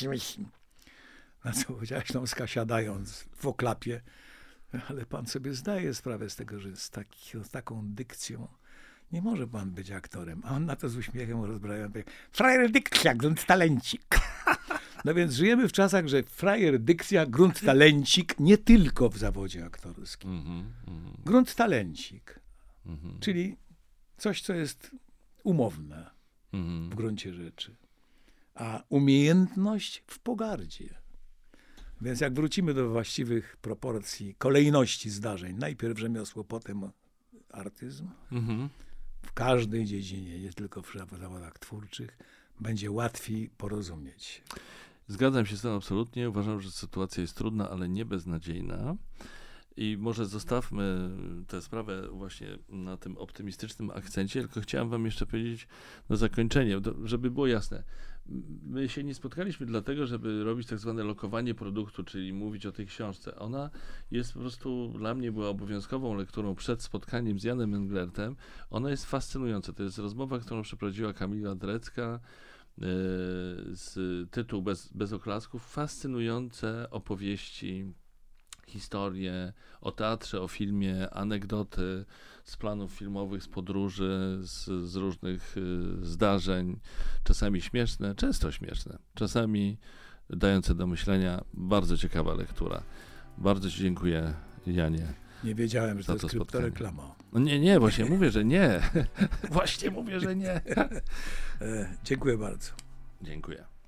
Na co powiedziała Śląska, siadając w oklapie, ale pan sobie zdaje sprawę z tego, że z taką dykcją nie może pan być aktorem. A on na to z uśmiechem rozbrajał. Frajer dykcja, grunt talencik. No więc żyjemy w czasach, że frajer dykcja, grunt talencik, nie tylko w zawodzie aktorskim. Grunt talencik. Czyli coś, co jest umowne w gruncie rzeczy. A umiejętność w pogardzie. Więc jak wrócimy do właściwych proporcji, kolejności zdarzeń, najpierw rzemiosło, potem artyzm, w każdej dziedzinie, nie tylko w zawodach twórczych, będzie łatwiej porozumieć. Zgadzam się z tym absolutnie. Uważam, że sytuacja jest trudna, ale nie beznadziejna. I może zostawmy tę sprawę właśnie na tym optymistycznym akcencie, tylko chciałem wam jeszcze powiedzieć na zakończenie, żeby było jasne. My się nie spotkaliśmy dlatego, żeby robić tak zwane lokowanie produktu, czyli mówić o tej książce. Ona jest po prostu, dla mnie była obowiązkową lekturą przed spotkaniem z Janem Englertem. Ona jest fascynująca. To jest rozmowa, którą przeprowadziła Kamila Drecka, z tytułu bez oklasków. Fascynujące opowieści, historie o teatrze, o filmie, anegdoty z planów filmowych, z podróży, z różnych zdarzeń, czasami śmieszne, często śmieszne, czasami dające do myślenia. Bardzo ciekawa lektura. Bardzo ci dziękuję, Janie. Nie wiedziałem, że to jest kryptoreklama. No nie, właśnie mówię, że nie. Właśnie mówię, że nie. Dziękuję bardzo. Dziękuję.